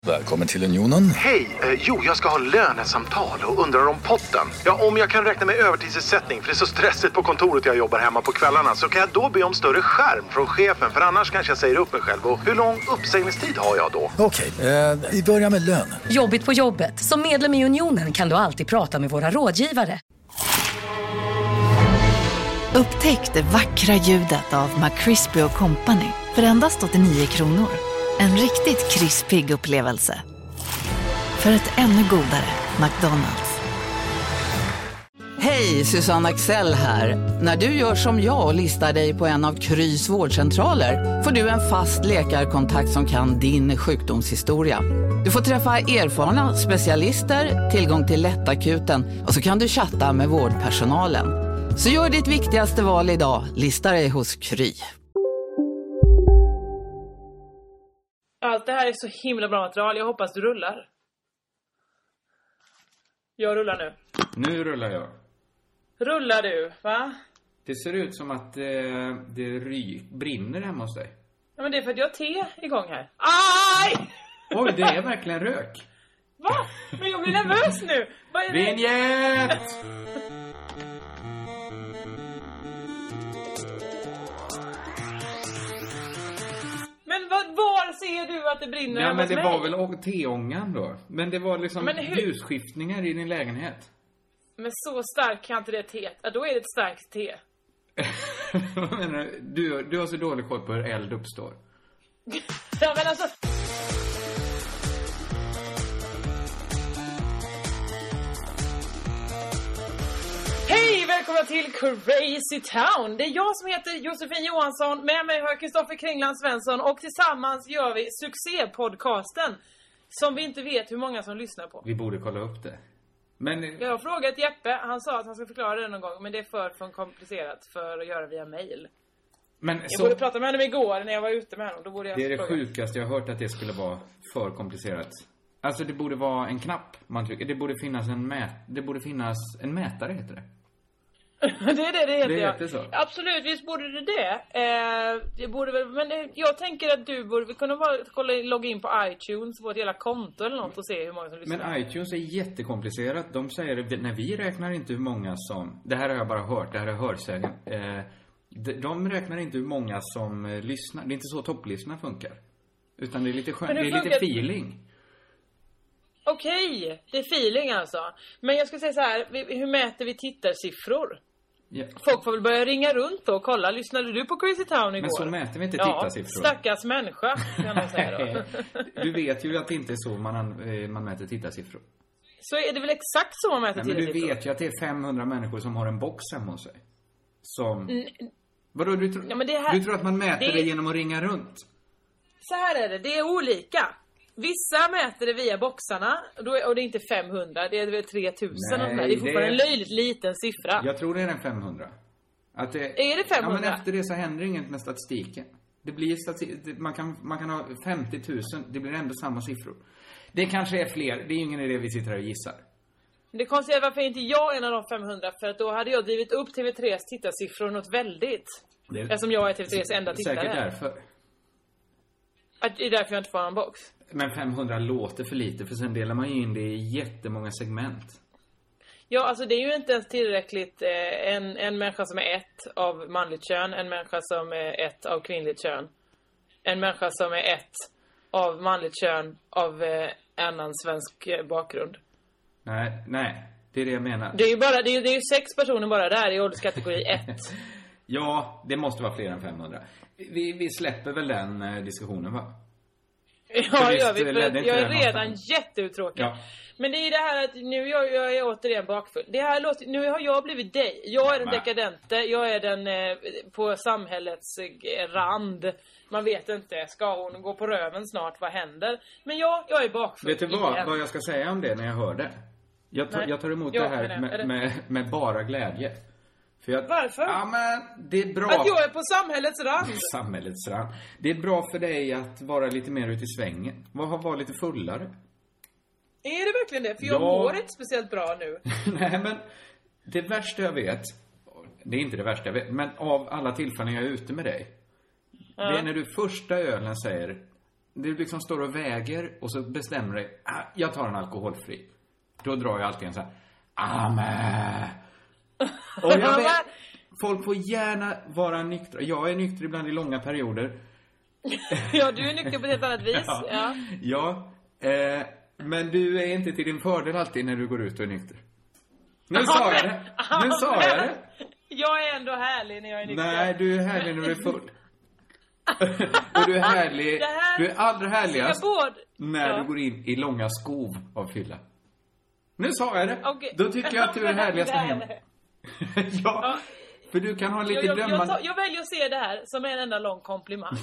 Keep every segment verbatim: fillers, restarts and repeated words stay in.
Välkommen till Unionen. Hej, eh, jo jag ska ha lönesamtal och undrar om potten. Ja, om jag kan räkna med övertidsersättning för det är så stressigt på kontoret jag jobbar hemma på kvällarna, så kan jag då be om större skärm från chefen, för annars kanske jag säger upp mig själv. Och hur lång uppsägningstid har jag då? Okej, eh, vi börjar med lön. Jobbigt på jobbet. Som medlem i Unionen kan du alltid prata med våra rådgivare. Upptäck det vackra ljudet av McCrispy och Company för endast åttionio kronor. En riktigt krispig upplevelse. För ett ännu godare McDonald's. Hej, Susanne Axel här. När du gör som jag och listar dig på en av Krys vårdcentraler får du en fast läkarkontakt som kan din sjukdomshistoria. Du får träffa erfarna specialister, tillgång till lättakuten och så kan du chatta med vårdpersonalen. Så gör ditt viktigaste val idag, lista dig hos Kry. Allt det här är så himla bra material. Jag hoppas du rullar. Jag rullar nu. Nu rullar jag. Rullar du, va? Det ser ut som att eh, det ry- brinner hemma hos dig. Ja, men det är för att jag har te igång här. Aj! Oj, det är verkligen rök. Va? Men jag blir nervös nu. Vad är det? Vinjett! Men vad, var ser du att det brinner? Ja, men det mig? var väl å- teångan då. Men det var liksom Men hur- ljusskiftningar i din lägenhet. Men så starkt kan inte det teet. Ja, då är det ett starkt te. Vad menar du? du? Du har så dålig koll på hur eld uppstår. Ja, men alltså... Hej, välkomna till Crazy Town. Det är jag som heter Josefin Johansson. Med mig har jag Kristoffer Kringland Svensson. Och tillsammans gör vi succépodcasten som vi inte vet hur många som lyssnar på. Vi borde kolla upp det. Men Jag har frågat Jeppe. Han sa att han ska förklara det någon gång. Men det är för, för komplicerat för att göra via mail. Men Jag så, borde prata med honom igår när jag var ute med honom. Då borde jag det är det fråga. sjukaste jag har hört, att det skulle vara för komplicerat. Alltså det borde vara en knapp man trycker. Det borde finnas en mät det borde finnas en mätare, heter det. Det är det det heter, Det ja. heter så. Absolut, visst borde det det. Eh, det borde väl, men det, jag tänker att du borde kunna bara kolla, logga in på iTunes, på ett hela konto eller något och se hur många som lyssnar. Men iTunes är jättekomplicerat. De säger, när vi räknar inte hur många som... Det här har jag bara hört, det här är hörsägen. Eh, de, de räknar inte hur många som eh, lyssnar. Det är inte så topplistorna funkar. Utan det är lite skönt, Men det hur är lite funkar- feeling. Okej, det är feeling alltså. Men jag ska säga så här, vi- hur mäter vi tittarsiffror? Ja. Folk får väl börja ringa runt och kolla. Lyssnade du på Crazy Town igår? Men så mäter vi inte Ja, tittarsiffror. stackars människa, kan man säga då. Du vet ju att det inte är så man, an- eh, man mäter tittarsiffror. Så är det väl exakt så man mäter Nej, men du tittarsiffror? vet ju att det är femhundra människor som har en box hemma hos sig. Som... Mm. Vadå, du, tro... Ja, men det här- du tror att man mäter det- det genom att ringa runt? Så här är det, det är olika. Vissa mäter det via boxarna och, då är, och det är inte femhundra, det är väl tre tusen. Nej, och det är fortfarande det är- en löjligt liten siffra. Jag tror det är en femhundra. Att det... Är det femhundra? Ja, men efter det så händer inget med statistiken. Det blir stati... man, kan, man kan ha femtio tusen, det blir ändå samma siffror. Det kanske är fler, det är ju ingen idé vi sitter här och gissar. Det konstiga är varför inte jag är en av de femhundra, för att då hade jag drivit upp T V tre:s tittarsiffror något väldigt. Det är... Eftersom jag är T V tre:s enda tittare. Säkert därför. Att det är därför jag inte får en box. Men femhundra låter för lite, för sen delar man ju in det i jättemånga segment. Ja, alltså det är ju inte ens tillräckligt eh, en, en människa som är ett av manligt kön, en människa som är ett av kvinnligt kön, en människa som är ett av manligt kön av eh, annan svensk eh, bakgrund. Nej, nej, det är det jag menar. Det är ju bara, det är, ju- det är ju sex personer bara där i ålderskategori ett. Ja, det måste vara fler än femhundra. Vi, vi släpper väl den eh, diskussionen, va? Ja, det gör vi, visst, ledde för inte jag är det redan någonstans? jätteuttråkig. Ja. Men det är ju det här att nu jag, jag är återigen bakfull. Det här låter, nu har jag blivit dig. Jag är den Va? dekadente, jag är den eh, på samhällets eh, rand. Man vet inte, ska hon gå på röven snart, vad händer? Men jag, jag är bakfull. Vet du vad, igen. vad jag ska säga om det när jag hör det? Jag, tar- Nej. jag tar emot Ja, det här men är det- med, med, med bara glädje. För jag, Varför? Ja, men det är bra. Att jag är på samhällets rand. Samhällets rand. Det är bra för dig att vara lite mer ute i svängen. Var, var lite fullare. Är det verkligen det? För jag Ja. mår inte speciellt bra nu. Nej, men det värsta jag vet, det är inte det värsta jag vet, men av alla tillfällen jag är ute med dig, Ja. det är när du första ölen säger, du liksom står och väger och så bestämmer dig, ah, jag tar en alkoholfri. Då drar jag alltid en så här, amen. Och jag vet, folk får gärna vara nyktra. Jag är nykter ibland i långa perioder. Ja, du är nykter på ett helt annat vis. Ja, ja. ja eh, men du är inte till din fördel alltid när du går ut och är nykter. Nu sa jag det. Nu sa jag det. Jag är ändå härlig när jag är nykter. Nej, du är härlig när du är full. Och du är härlig. Här, du är allra härligast både, när ja. du går in i långa skov av fylla. Nu sa jag det. Okay. Då tycker jag att du är härligast hem. ja, ja, för du kan ha lite jag, jag, dömande... jag, tar, jag väljer att se det här som en enda lång komplimang.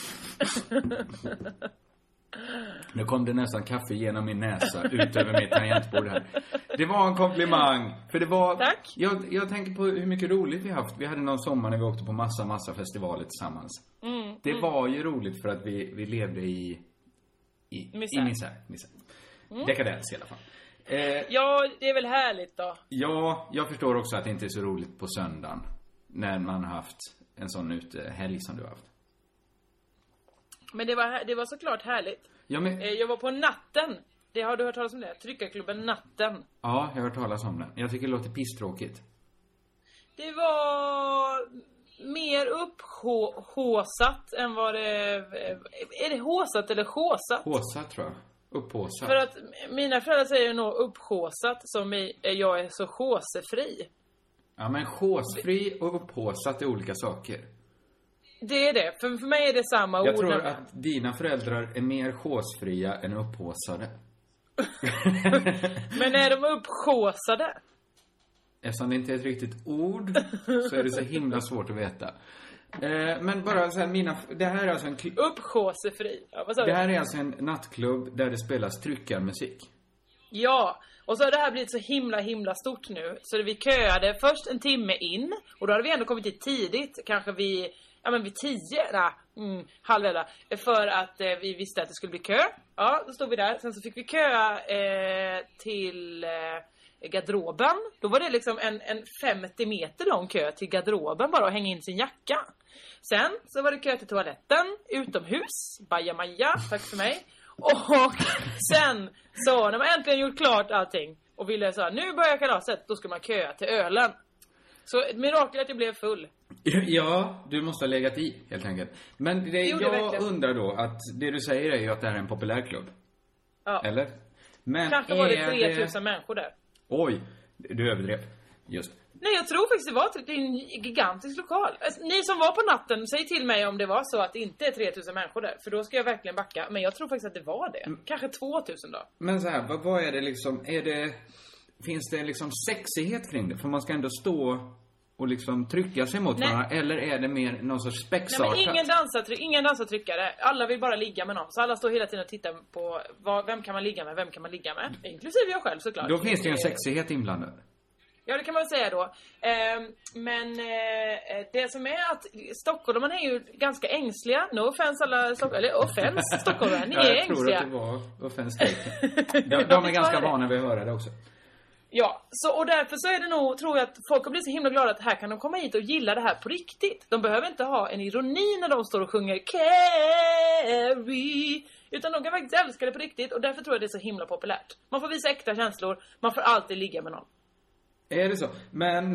Nu kom det nästan kaffe genom min näsa ut över mitt tangentbord här. Det var en komplimang. För det var... Tack. Jag, jag tänker på hur mycket roligt vi haft. Vi hade någon sommar när vi åkte på massa, massa festivaler tillsammans. Mm, det mm. var ju roligt för att vi, vi levde i... I misär. I misär, misär. Mm. Dekadens i alla fall. Eh, ja, det är väl härligt då. Ja, jag förstår också att det inte är så roligt på söndagen. När man har haft en sån ute helg som du har haft. Men det var, det var såklart härligt. Ja, men... Jag var på Natten. Det har du hört talas om det? Tryckarklubben Natten. Ja, jag har hört talas om den. Jag tycker det låter pisstråkigt. Det var mer upphåsat än vad det... Är det håsat eller håsat? Håsat tror jag. Upphåsat. För att mina föräldrar säger nog upphåsat som i, jag är så håsefri. Ja, men håsfri och upphåsat är olika saker. Det är det. För, för mig är det samma ord. Jag tror att dina föräldrar är mer håsfria än upphåsade. Men är de upphåsade? Eftersom det inte är ett riktigt ord så är det så himla svårt att veta. Eh, men bara så här, mina... Det här är alltså en... Upphåsefri. Ja, vad sa det du? här är alltså en nattklubb där det spelas tryckarmusik. Ja, och så har det här blivit så himla himla stort nu. Så vi köade först en timme in. Och då hade vi ändå kommit hit tidigt. Kanske vid, ja men vid tio, nej, mm, halv elva. För att eh, vi visste att det skulle bli kö. Ja, då stod vi där. Sen så fick vi köa eh, till eh, garderoben. Då var det liksom en, en femtio meter lång kö till garderoben bara att hänga in sin jacka. Sen så var det kö till toaletten, utomhus, bajamaja, tack för mig. Och sen så när man äntligen gjort klart allting och ville så här, nu börjar kalaset, då ska man köa till ölen. Så ett mirakel att jag blev full. Ja, du måste ha legat i helt enkelt. Men det, det jag verkligen. undrar då att det du säger är ju att det här är en populär klubb. Ja. Eller? Men kanske var det tre tusen det... människor där. Oj, du överdrev. Just. Nej, jag tror faktiskt det var det är en gigantisk lokal. Alltså, ni som var på natten, säg till mig om det var så att det inte är tre tusen människor där. För då ska jag verkligen backa. Men jag tror faktiskt att det var det. Mm. Kanske två tusen då. Men så här, vad, vad är det liksom, är det, finns det liksom sexighet kring det? För man ska ändå stå och liksom trycka sig mot Nej. varandra. Eller är det mer någon sorts spexartat? Nej, men ingen dansar, ingen dansar tryckare. Alla vill bara ligga med någon. Så alla står hela tiden och tittar på vad, vem kan man ligga med, vem kan man ligga med. Inklusive jag själv såklart. Då finns det ju en sexighet inblandad. Ja, det kan man säga då. Eh, men eh, det som är att stockholmarna är ju ganska ängsliga. No offense alla stockholmare. Eller offense stockholmare. Ni ja, är jag tror ängsliga. att det var offense de, de är ganska vana vid att höra det också. Ja, så, och därför så är det nog, tror jag att folk har blivit så himla glada att här kan de komma hit och gilla det här på riktigt. De behöver inte ha en ironi när de står och sjunger Carrie, utan de kan faktiskt älska det på riktigt. Och därför tror jag det är så himla populärt. Man får visa äkta känslor, man får alltid ligga med någon. Är det så? Men...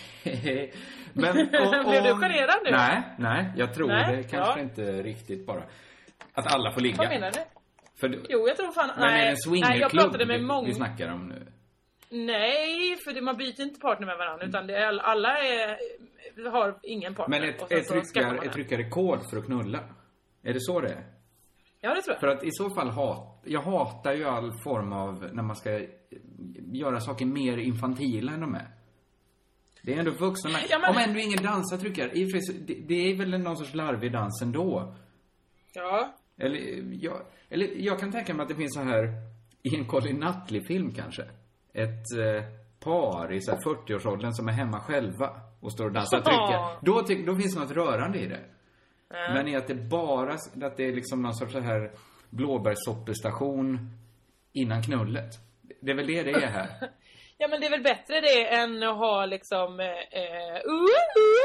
men om, Blev du generad nu? Nej, nej. Jag tror nej, det kanske ja. inte riktigt bara. Att alla får ligga. Vad menar du? För du, jo, jag tror fan... Men nej, är det en swingerklubb nej, jag pratade med vi, många... vi snackar om nu? Nej, för det, man byter inte partner med varandra. Utan det är, alla är, har ingen partner. Men ett, och sen ett, så tryckar, ett tryckarrekord för att knulla. Är det så det är? Ja, det tror jag. För att i så fall hat, jag hatar ju all form av när man ska göra saker mer infantila än de är. Det är ändå vuxna. Ja, men... Om ändå ingen dansar tryckar. Det, det är väl någon sorts larvig dans ändå. Ja. Eller jag, eller jag kan tänka mig att det finns så här i en Colin Nutley-film kanske. Ett eh, par i så här fyrtio-årsåldern som är hemma själva och står och dansar och trycker. Då, ty- då finns det något rörande i det. Mm. Men i att det bara att det är liksom någon sorts så här blåbärssoppestation innan knullet. Det är väl det det är här. Ja, men det är väl bättre det än att ha liksom eh, uh, uh,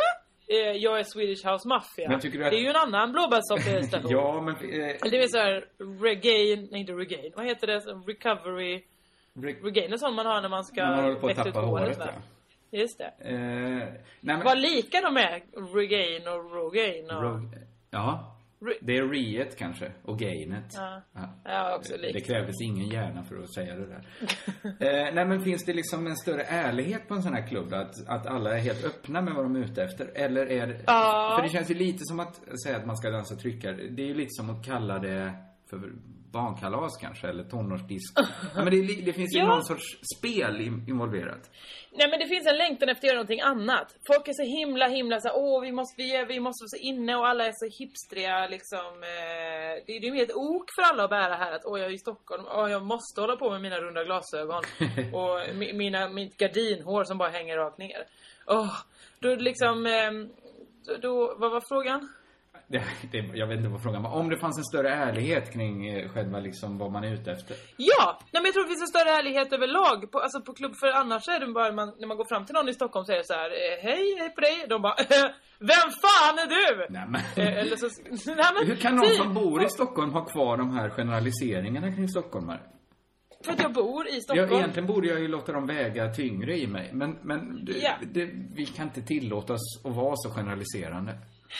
eh, jag är Swedish House Mafia. Men tycker du att... Det är ju en annan blåbärsstation. Ja, men... Eh... Eller det är så här regain, nej inte regain. Vad heter det? Recovery. Re- regain är sånt man har när man ska man håller på att växa tappa ut håret. håret, ja. Just det. Eh, nej, men... Vad lika de är, regain och rogain och... Rog... Ja. Re- Det är reet kanske, och gainet. Ja, Ja. ja också Det likt. krävdes ingen hjärna för att säga det där. eh, nej, men finns det liksom en större ärlighet på en sån här klubb? Att, att alla är helt öppna med vad de är ute efter? Eller är det... Ja. För det känns ju lite som att säga att man ska dansa tryckare. Det är ju lite som att kalla det för barnkalas kanske, eller tonårsdisk. Ja, men det, är, det finns ju Ja. någon sorts spel involverat. Nej, men det finns en längtan efter att göra någonting annat. Folk är så himla himla så åh vi måste vi, vi måste vara så inne och alla är så hipstriga liksom. Eh, det är ju helt ok för alla att bära här att åh jag är i Stockholm och jag måste hålla på med mina runda glasögon och mi, mina mitt gardinhår som bara hänger rakt ner. Åh, då liksom eh, då, då vad var frågan? Det, det, jag vet inte vad frågan var. Om det fanns en större ärlighet kring eh, själva liksom vad man är ute efter. Ja, nej, men jag tror det finns en större ärlighet överlag på, alltså på klubb, för annars är det bara man, när man går fram till någon i Stockholm så är det så här eh, hej, hej på dig. De bara, vem fan är du? Nej, men... Eh, eller så, nej, men, Hur kan någon typ, som bor i Stockholm ha kvar de här generaliseringarna kring stockholmare? För att jag bor i Ja, Stockholm. egentligen borde jag ju låta dem väga tyngre i mig. Men, men det, Ja. det, vi kan inte tillåta oss att vara så generaliserande.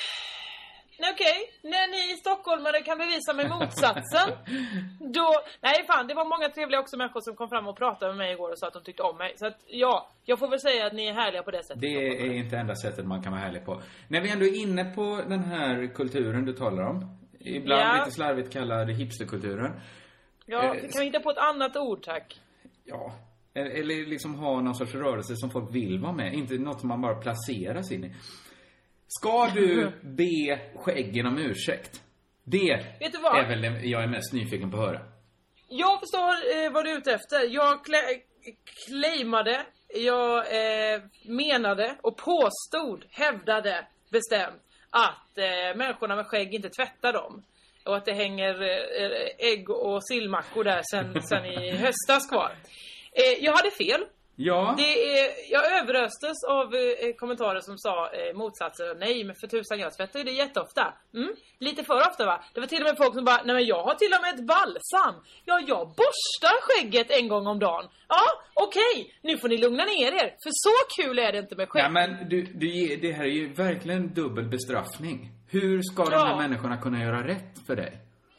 Nej, okej. När ni i stockholmare kan bevisa mig motsatsen. Då, nej fan, det var många trevliga också människor som kom fram och pratade med mig igår och sa att de tyckte om mig. Så att ja, jag får väl säga att ni är härliga på det sättet. Det är inte enda sättet man kan vara härlig på. När vi ändå är inne på den här kulturen du talar om. Ibland Ja. lite slarvigt kallad hipsterkulturen. Ja, Eh, kan vi hitta på ett annat ord, tack? Ja, eller liksom ha någon sorts rörelse som folk vill vara med. Inte något som man bara placeras in i. Ska du be skäggen om ursäkt? Det Vet du vad? är väl det jag är mest nyfiken på att höra. Jag förstår eh, vad du är ute efter. Jag klä- claimade, jag eh, menade och påstod, hävdade bestämt att eh, människorna med skägg inte tvättar dem. Och att det hänger eh, ägg och sillmackor där sen, sen i höstas kvar. Eh, jag hade fel. Ja. Det är, jag överöstes av eh, kommentarer som sa eh, motsatsen. Nej, men för tusan, jag tvättar ju det jätteofta. Mm, lite för ofta, va? Det var till och med folk som bara, nej men jag har till och med ett balsam. Ja, jag borstar skägget en gång om dagen. Ja, okej, okay. Nu får ni lugna ner er. För så kul är det inte med skägg. Ja, men du, du, ger- det här är ju verkligen dubbel bestraffning. Hur ska de Ja. här människorna kunna göra rätt för dig?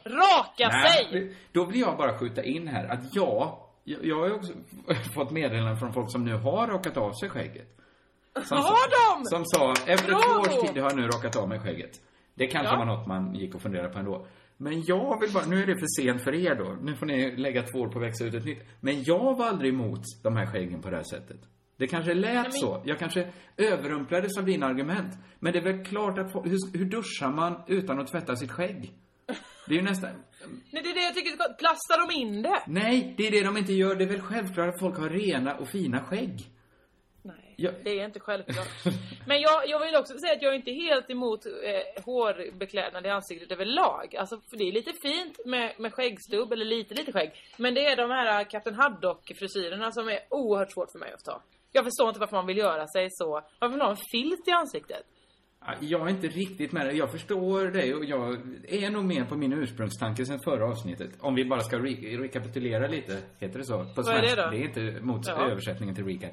Raka sig! Nej, då vill jag bara skjuta in här att jag, jag, jag har ju också fått meddelanden från folk som nu har rakat av sig skägget. Som, Har de? Som sa, efter Bravo! två års tid har jag nu rakat av mig skägget. Det kanske Ja. var något man gick och funderade på ändå. Men jag vill bara, nu är det för sent för er då. Nu får ni lägga två år på att växa ut ett nytt. Men jag var aldrig emot de här skäggen på det här sättet. Det kanske lät Nej, men- så. Jag kanske överrumplades av dina argument. Men det är väl klart att folk, hur, hur duschar man utan att tvätta sitt skägg? Det är ju nästan... Nej, det är det jag tycker. Ska- Plastar de in det? Nej, det är det de inte gör. Det är väl självklart att folk har rena och fina skägg. Nej, Ja. det är inte självklart. Men jag, jag vill också säga att jag är inte helt emot eh, hårbeklädnad i ansiktet överlag. Alltså, för det är lite fint med, med skäggstubb, eller lite, lite skägg. Men det är de här Captain Haddock-frisyrerna som är oerhört svårt för mig att ta. Jag förstår inte varför man vill göra sig så. Varför vill man ha en filt i ansiktet? Jag är inte riktigt med det. Jag förstår det och jag är nog med på min ursprungstanke sen förra avsnittet. Om vi bara ska re- rekapitulera lite, heter det så? På Vad är det svenska. då? Det är inte mot Ja. översättningen till recap.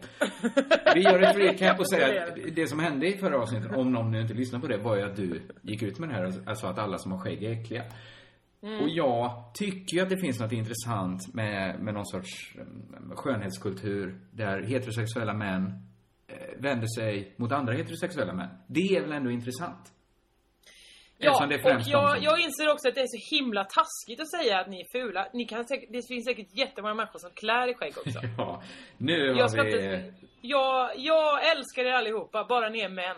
Vi gör ett recap och säger att det som hände i förra avsnittet, om någon nu inte lyssnar på det, var ju att du gick ut med det här och sa att alla som har skägg är äckliga. Mm. Och jag tycker ju att det finns något intressant med, med någon sorts um, skönhetskultur där heterosexuella män vänder sig mot andra heterosexuella män. Det är väl ändå intressant? Ja, Eftersom det är och främst de jag, som- jag inser också att det är så himla taskigt att säga att ni är fula. Ni kan säkert, det finns säkert jättemånga människor som klär i skägg också. Ja, nu har Jag, ska vi... inte, jag, jag älskar er allihopa, bara ni är män.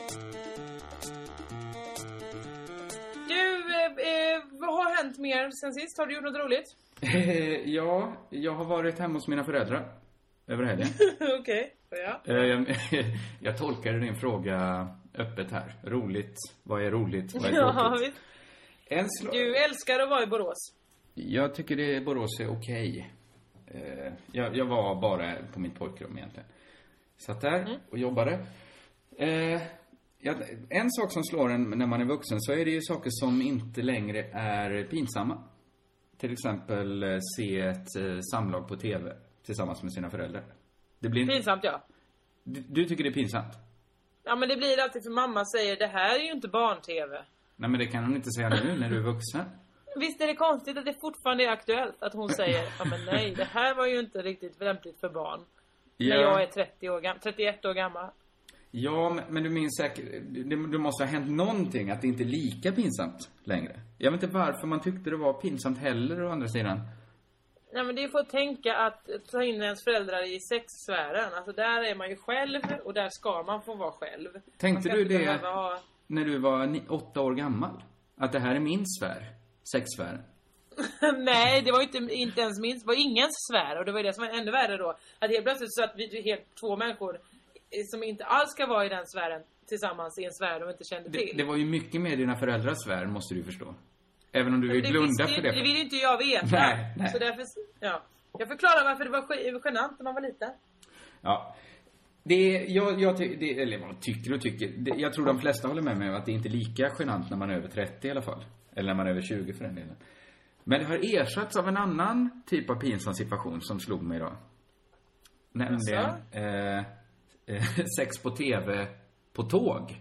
Du, eh, eh, vad har hänt mer sen sist? Har du gjort något roligt? ja, jag har varit hemma hos mina föräldrar över helgen. Okej, ja. Eh, jag, jag tolkade din fråga öppet här. Roligt, vad är roligt, vad är Ja, tråkigt? visst. En sl- Du älskar att vara i Borås. Jag tycker det Borås är okej. Eh, jag, jag var bara på mitt pojkrum egentligen. Satt där och jobbade. Eh, Ja, en sak som slår en när man är vuxen så är det ju saker som inte längre är pinsamma. Till exempel eh, se ett eh, samlag på tv tillsammans med sina föräldrar. Det blir Pinsamt, ja. Du, du tycker det är pinsamt? Ja, men det blir alltid för mamma säger det här är ju inte barn-tv. Nej, men det kan hon inte säga nu när du är vuxen. Visst är det konstigt att det fortfarande är aktuellt att hon säger ja men nej, det här var ju inte riktigt lämpligt för barn. Ja. När jag är trettio år gam- trettioett år gammal. Ja, men, men du minns säkert, det, det måste ha hänt någonting att det inte är lika pinsamt längre. Jag vet inte varför man tyckte det var pinsamt heller å andra sidan. Nej, men det är för att tänka att ta in ens föräldrar i sexsfären. Alltså där är man ju själv och där ska man få vara själv. Tänkte du det ha... när du var ni- åtta år gammal? Att det här är min sfär? Sexsfären? Nej, det var ju inte, inte ens minst. Det var ingens sfär. Och det var det som var ännu värre då. Att helt plötsligt så att vi är helt två människor som inte alls ska vara i den sfären tillsammans i en sfär de inte kände till. Det, det var ju mycket mer dina föräldrars sfär, måste du förstå. Även om du vill blunda för det. Det vill inte jag veta. Nej, nej. Så därför, ja. Jag förklarar varför det var genant när man var liten. Ja. Det är, jag, jag ty, det, eller vad tycker och tycker. Det, jag tror de flesta håller med mig om att det inte är lika genant när man är över trettio i alla fall. Eller när man är över tjugo för den delen. Men det har ersatts av en annan typ av pinsam situation som slog mig idag. Nämligen eh, eh, sex på tv på tåg.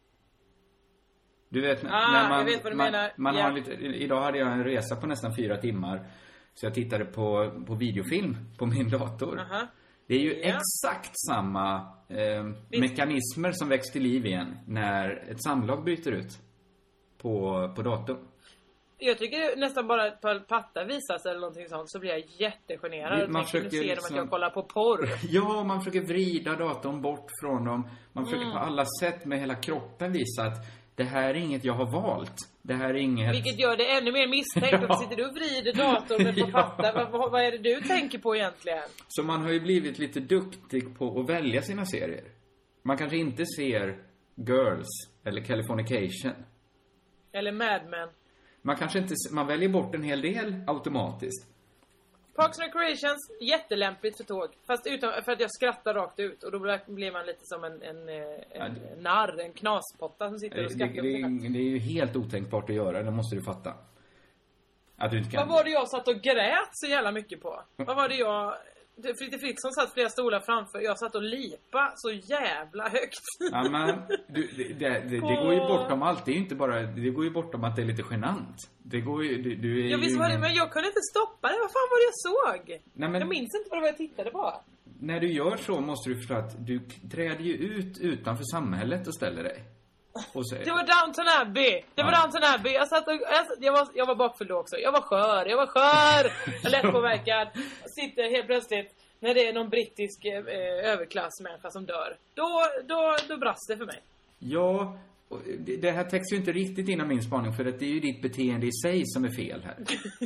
Du vet, ah, när man, jag vet vad du man, menar. man ja. har lite, idag hade jag en resa på nästan fyra timmar. Så jag tittade på, på videofilm på min dator. Uh-huh. Det är ju ja. exakt samma eh, mekanismer som väcks till liv igen när ett samlag bryter ut på, på datorn. Jag tycker nästan bara ett par pattar visas eller någonting sånt så blir jag jättegenerad. Man försöker se liksom... dem att jag kollar på porr. Ja, man försöker vrida datorn bort från dem. Man försöker Mm. på alla sätt med hela kroppen visa att det här är inget jag har valt. Det här är inget... Vilket gör det ännu mer misstänkt. Ja. Och sitter du och vrider datorn med på Ja. pattar. Vad, vad, vad är det du tänker på egentligen? Så man har ju blivit lite duktig på att välja sina serier. Man kanske inte ser Girls eller Californication. Eller Mad Men. Man kanske inte... Man väljer bort en hel del automatiskt. Parks and Recreations, jättelämpligt för tåg. Fast utan, för att jag skrattar rakt ut. Och då blir man lite som en, en, en, Ja, en det- narr, en knaspotta som sitter Det, och det, skrattar. det, det är ju helt otänkbart att göra, det måste du fatta. Att du inte kan... Vad var det jag satt och grät så jävla mycket på? Vad var det jag... Fritte Fritzson satt flera stolar framför. Jag satt och lipa så jävla högt. Ja, men du, det, det, det, det går ju bortom allt. Det är ju inte bara... Det går ju bortom att det är lite genant. Det går ju... Du, du är Jag visste ju vad det, ingen- men jag kunde inte stoppa det. Vad fan var det jag såg? Nej, men- Jag minns inte vad det var jag tittade på. När du gör så måste du förstå att du träder ju ut utanför samhället och ställer dig. Och så, Det var Downton Abbey. Det var Ja. Downton Abbey. Jag satt och, jag, satt- jag var jag var bakfull då också. Jag var skör. Jag var skör. Jag är lättpåverkad. Jag sitter helt plötsligt när det är någon brittisk eh, överklassmänniska som dör. Då då då brast det för mig. Ja, och det, det här täcks ju inte riktigt in av min spaning, för att det är ju ditt beteende i sig som är fel här.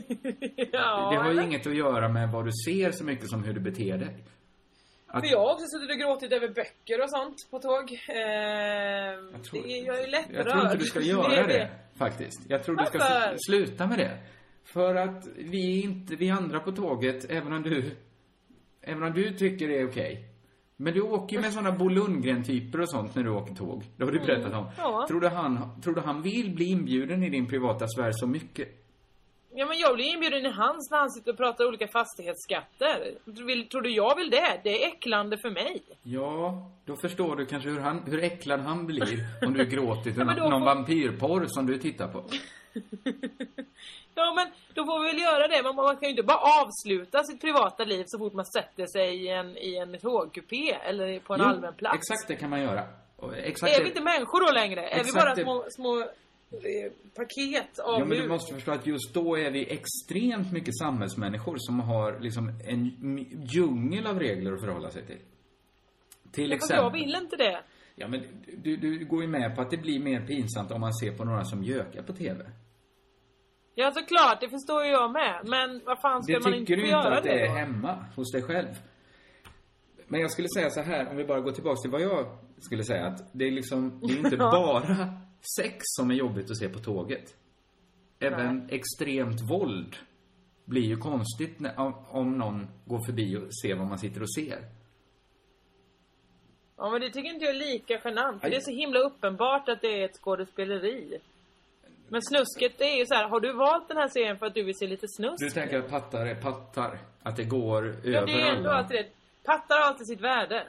Ja. Det har ju eller? inget att göra med vad du ser så mycket som hur du beter dig. Att, För jag har också suttit och gråtit över böcker och sånt på tåg. Eh, jag, tror, det är, jag är lätt jag tror inte du ska göra är det, faktiskt. Jag tror du ska Varför? sl- sluta med det. För att vi inte, vi andra på tåget, även om du, även om du tycker det är okej. Men du åker ju med sådana Bo Lundgren-typer och sånt när du åker tåg. Det har du berättat om. ja. Tror du han, tror du han vill bli inbjuden i din privata sfär så mycket? Ja, men jag blir inbjuden i hans när han sitter och pratar olika fastighetsskatter. Vill, tror du jag vill det? Det är äcklande för mig. Ja, då förstår du kanske hur, han, hur äcklad han blir om du gråtit Ja, ja, men någon, då någon får- vampyrporr som du tittar på. Ja, men då får vi väl göra det. Man, man kan ju inte bara avsluta sitt privata liv så fort man sätter sig i en, i en tågkupé eller på en Jo, allmän plats. exakt det kan man göra. Och exakt Är det- vi inte människor då längre? Är vi Exakt bara det. små, små eh, paket av Ja, men du hud? måste förstå att just då är vi extremt mycket samhällsmänniskor som har liksom en m- djungel av regler att förhålla sig till. Till Ja, fast exempel. jag vill inte det. Ja, men du, du går ju med på att det blir mer pinsamt om man ser på några som gökar på tv. Ja, såklart. Det förstår ju jag med. Men vad fan ska Det man inte tycker få du inte göra att det det är då? hemma hos dig själv. Men jag skulle säga så här, om vi bara går tillbaka till vad jag skulle säga, att det är liksom, det är inte bara sex som är jobbigt att se på tåget. Även extremt våld blir ju konstigt när, om, om någon går förbi och ser vad man sitter och ser. Ja, men det tycker inte jag är lika genant. För det är så himla uppenbart att det är ett skådespeleri. Men snusket, det är ju så här. Har du valt den här serien för att du vill se lite snusk? Du tänker att pattar är pattar? Att det går över Ja, det är ändå alla. alltid det. Pattar har alltid sitt värde.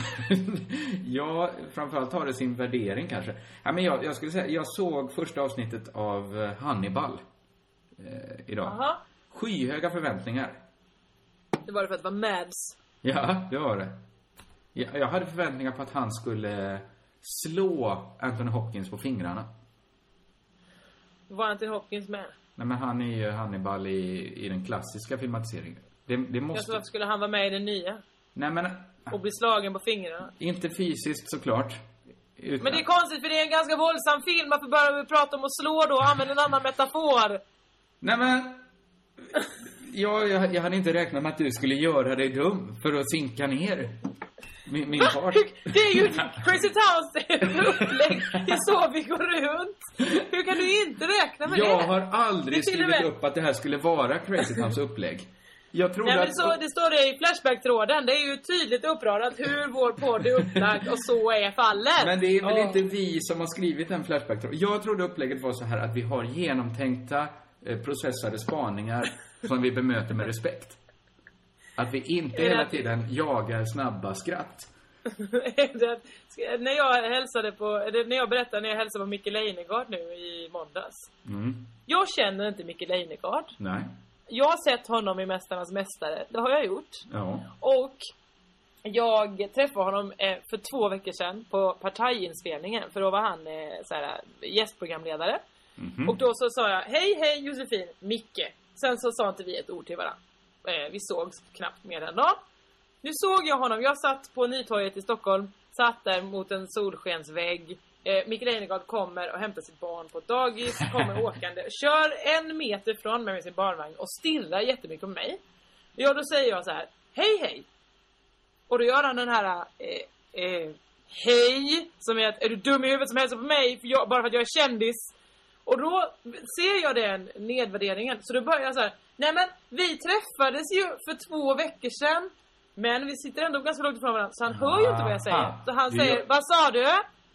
Ja, framförallt har det sin värdering kanske. Ja, men jag, jag skulle säga, jag såg första avsnittet av Hannibal eh, idag. Aha. Skyhöga förväntningar. Det var det för att det var Mads. Ja, det var det. Jag, jag hade förväntningar på att han skulle slå Anthony Hopkins på fingrarna. Var Anthony Hopkins med? Nej, men han är ju Hannibal i, i den klassiska filmatiseringen. Det, det måste... Jag så varför skulle han vara med i den nya? Nej, men... Och bli slagen på fingrarna? Inte fysiskt såklart. Utan... Men det är konstigt för det är en ganska våldsam film. Varför börjar vi prata om att slå då och använda en annan metafor? Nej, men... Jag, jag, jag hade inte räknat med att du skulle göra dig dum för att sinka ner min, min part. Det är ju Crazy Towns upplägg. Det är så vi går runt. Hur kan du inte räkna med jag det? Jag har aldrig skrivit med... upp att det här skulle vara Crazy Towns upplägg. Jag trodde Nej, men att... så, det står det i Flashback-tråden. Det är ju tydligt uppradat hur vår podd är upplagd och så är fallet. Men det är väl oh. inte vi som har skrivit den Flashback-tråden. Jag trodde upplägget var så här att vi har genomtänkta eh, processade spaningar som vi bemöter med respekt. Att vi inte hela tiden jagar snabba skratt. det, när jag hälsade på när jag berättade när jag hälsade på Micke Leijnegard nu i måndags. Mm. Jag känner inte Micke Leijnegard. Nej. Jag har sett honom i Mästarnas mästare. Det har jag gjort. Ja. Och jag träffade honom eh, för två veckor sedan på partajinspelningen. För då var han eh, så här, gästprogramledare. Mm-hmm. Och då så sa jag, hej hej Josefin, Micke. Sen så sa inte vi ett ord till varandra. Eh, vi sågs knappt mer än dag. Nu såg jag honom, jag satt på Nytorget i Stockholm. Satt där mot en solskensvägg. Eh, Micke Leijnegard kommer och hämtar sitt barn på dagis. Kommer åkande, kör en meter från mig med sin barnvagn. Och stirrar jättemycket på mig. Ja, då säger jag så här, hej hej. Och då gör han den här eh, eh, hej. Som är att, är du dum i huvudet som hälsar på mig för jag, bara för att jag är kändis. Och då ser jag den nedvärderingen. Så då börjar jag så här, nej men vi träffades ju för två veckor sedan. Men vi sitter ändå ganska långt ifrån varandra. Så han hör ju inte vad jag säger. Så han säger, gör... vad sa du?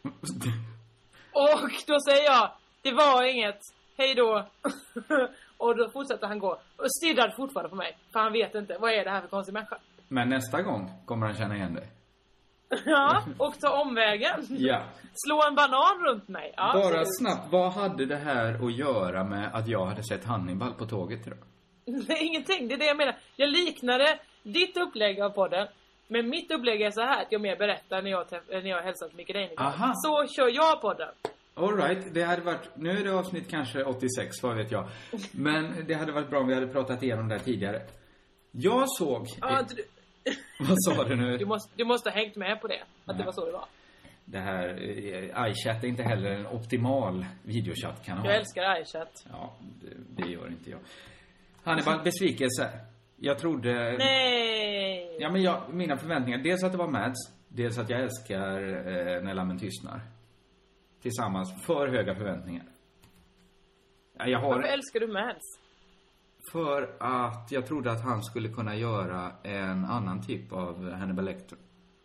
Och då säger jag, det var inget. Hej då. Och då fortsätter han gå. Och stirrar fortfarande på mig. För han vet inte, vad är det här för konstig människa? Men nästa gång kommer han känna igen dig. Ja, och ta omvägen. Ja. Slå en banan runt mig. Ja, bara snabbt, vad hade det här att göra med att jag hade sett Hannibal på tåget idag? Det är ingenting, det är det jag menar. Jag liknade ditt upplägg av podden. Men mitt upplägg är så här att jag mer berättar när jag, när jag hälsat Micke Leijnegard. Så kör jag podden. All right, det hade varit, nu är det avsnitt kanske åttiosex, vad vet jag. Men det hade varit bra om vi hade pratat igenom det här tidigare. Jag såg... Ja, du... Vad sa du nu? Du måste, du måste ha hängt med på det. Att Nej. Det var så det var. Det här, eh, iChat är inte heller en optimal videochattkanal. Jag älskar iChat. Ja, det, det gör inte jag. Hannibal, besvikelse. Jag trodde... Nej! Ja, men jag, mina förväntningar. Dels att det var Mads. Dels att jag älskar eh, När lammen tystnar. Tillsammans. För höga förväntningar. Ja, jag har... Varför älskar du Mads? För att jag trodde att han skulle kunna göra en annan typ av Hannibal Lecter.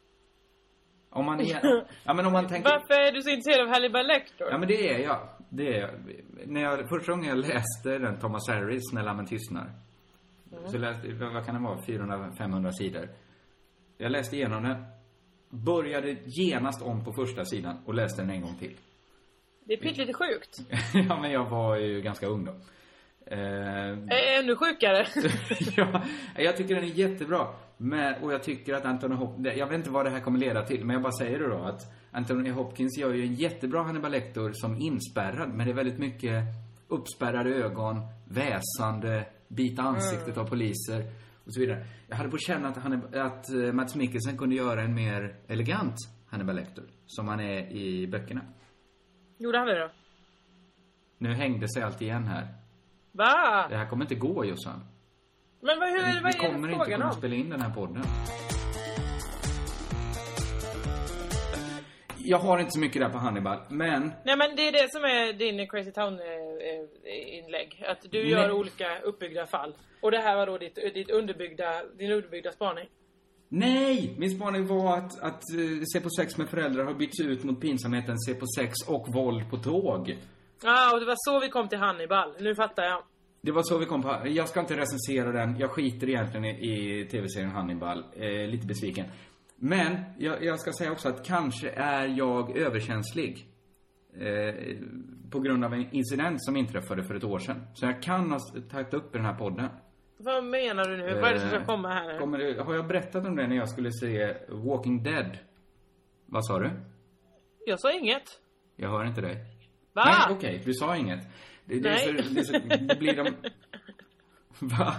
Om man är... ja, men om man tänker... Varför är du så intresserad av Hannibal Lecter? Ja, men det är jag. Det är jag. När jag första gången jag läste den Thomas Harris När lammen tystnar. Mm. Så läste, vad kan det vara? fyrahundra till femhundra sidor. Jag läste igenom den. Började genast om på första sidan och läste den en gång till. Det är pitt lite sjukt. Ja, men jag var ju ganska ung då. Eh, ännu sjukare. Ja, jag tycker den är jättebra. Men, och jag tycker att Anthony Hopkins, jag vet inte vad det här kommer leda till, men jag bara säger det då att Anthony Hopkins gör ju en jättebra Hannibal Lecter som inspärrad, men det är väldigt mycket uppspärrade ögon, väsande, bita ansiktet mm. av poliser och så vidare. Jag hade på känna att, han, att Mads Mikkelsen kunde göra en mer elegant Hannibal Lecter som han är i böckerna. Gjorde han det då? Nu hängde sig allt igen här. Va? Det här kommer inte gå, Jossan. Men vad, hur, vi, vad är vi det kommer inte kunna spela in den här podden. Jag har inte så mycket där på Hannibal, men... Nej, men det är det som är din Crazy Town-inlägg. Att du gör Nej. olika uppbyggda fall. Och det här var då ditt, ditt underbyggda, din underbyggda spaning. Nej! Min spaning var att, att uh, se på sex med föräldrar har bytts ut mot pinsamheten se på sex och våld på tåg. Ja, ah, och det var så vi kom till Hannibal. Nu fattar jag. Det var så vi kom på. Jag ska inte recensera den. Jag skiter egentligen i, i tv-serien Hannibal. Eh, lite besviken. Men jag, jag ska säga också att kanske är jag överkänslig. Eh, på grund av en incident som inträffade för ett år sedan. Så jag kan ha tagit upp i den här podden. Vad menar du nu? Eh, Vad är det som ska komma här? Kommer det, har jag berättat om det när jag skulle se Walking Dead? Vad sa du? Jag sa inget. Jag hör inte dig. Va? Nej, okej. Okay, du sa inget. Det, det, Nej. är så, det, är så, det blir de... Va?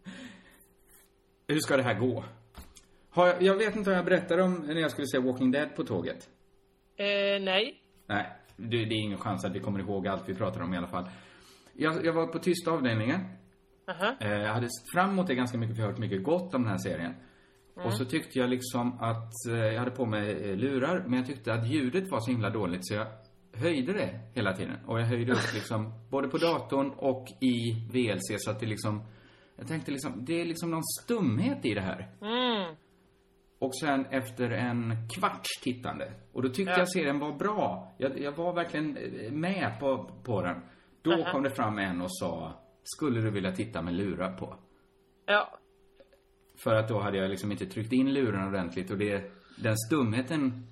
Hur ska det här gå? Har jag, jag vet inte vad jag berättade om när jag skulle se Walking Dead på tåget. Eh, nej. Nej, det, det är ingen chans att vi kommer ihåg allt vi pratar om i alla fall. Jag, jag var på tysta avdelningen. Uh-huh. eh, Jag hade sett fram emot det ganska mycket för jag har hört mycket gott om den här serien. Mm. Och så tyckte jag liksom att eh, jag hade på mig eh, lurar. Men jag tyckte att ljudet var så himla dåligt så jag höjde det hela tiden. Och jag höjde upp liksom både på datorn och i V L C så att det liksom... Jag tänkte liksom, det är liksom någon stumhet i det här. Mm. Och sen efter en kvarts tittande. Och då tyckte ja. jag serien var bra. Jag, jag var verkligen med på, på den. Då uh-huh. kom det fram en och sa, skulle du vilja titta med lurar på? Ja. För att då hade jag liksom inte tryckt in luren ordentligt. Och det, den stumheten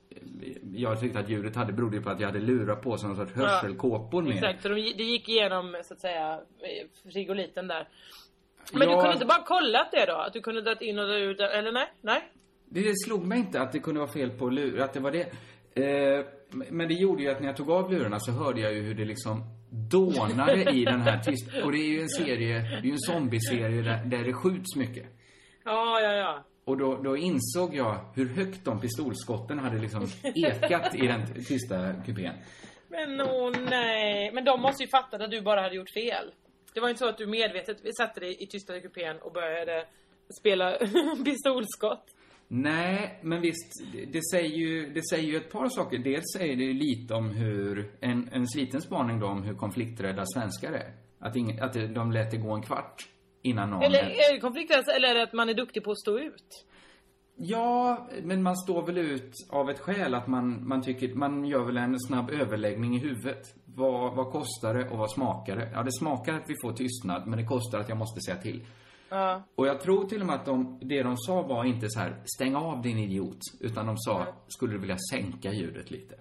jag tyckte att ljudet hade berodde på att jag hade lurar på som en sorts hörselkåpor med. Exakt, så det gick igenom så att säga frigoliten där. Men ja, du kunde inte bara kollat det då? Att du kunde dra in och dra ut, eller nej? Nej? Det, det slog mig inte att det kunde vara fel på lur, att det var det. Eh, men det gjorde ju att när jag tog av lurarna så hörde jag ju hur det liksom dånade i den här tyst. Och det är ju en serie, det är ju en zombie-serie där, där det skjuts mycket. Ja, ja, ja. Och då, då insåg jag hur högt de pistolskotten hade liksom ekat i den tysta kupén. Men åh nej. Men de måste ju fatta att du bara hade gjort fel. Det var inte så att du medvetet satte dig i tysta kupén och började spela pistolskott. Nej, men visst, det, det, säger ju, det säger ju ett par saker. Dels säger det lite om hur, en, en sliten spaning då om hur konflikträdda svenskar är. Att, ing, att de lät det gå en kvart innan någon... Eller är det konflikträdda eller är det att man är duktig på att stå ut? Ja, men man står väl ut av ett skäl att man, man tycker, man gör väl en snabb överläggning i huvudet. Vad, vad kostar det och vad smakar det? Ja, det smakar att vi får tystnad, men det kostar att jag måste säga till. Ja. Och jag tror till och med att de, det de sa var inte så här, stäng av din idiot. Utan de sa, ja. Skulle du vilja sänka ljudet lite?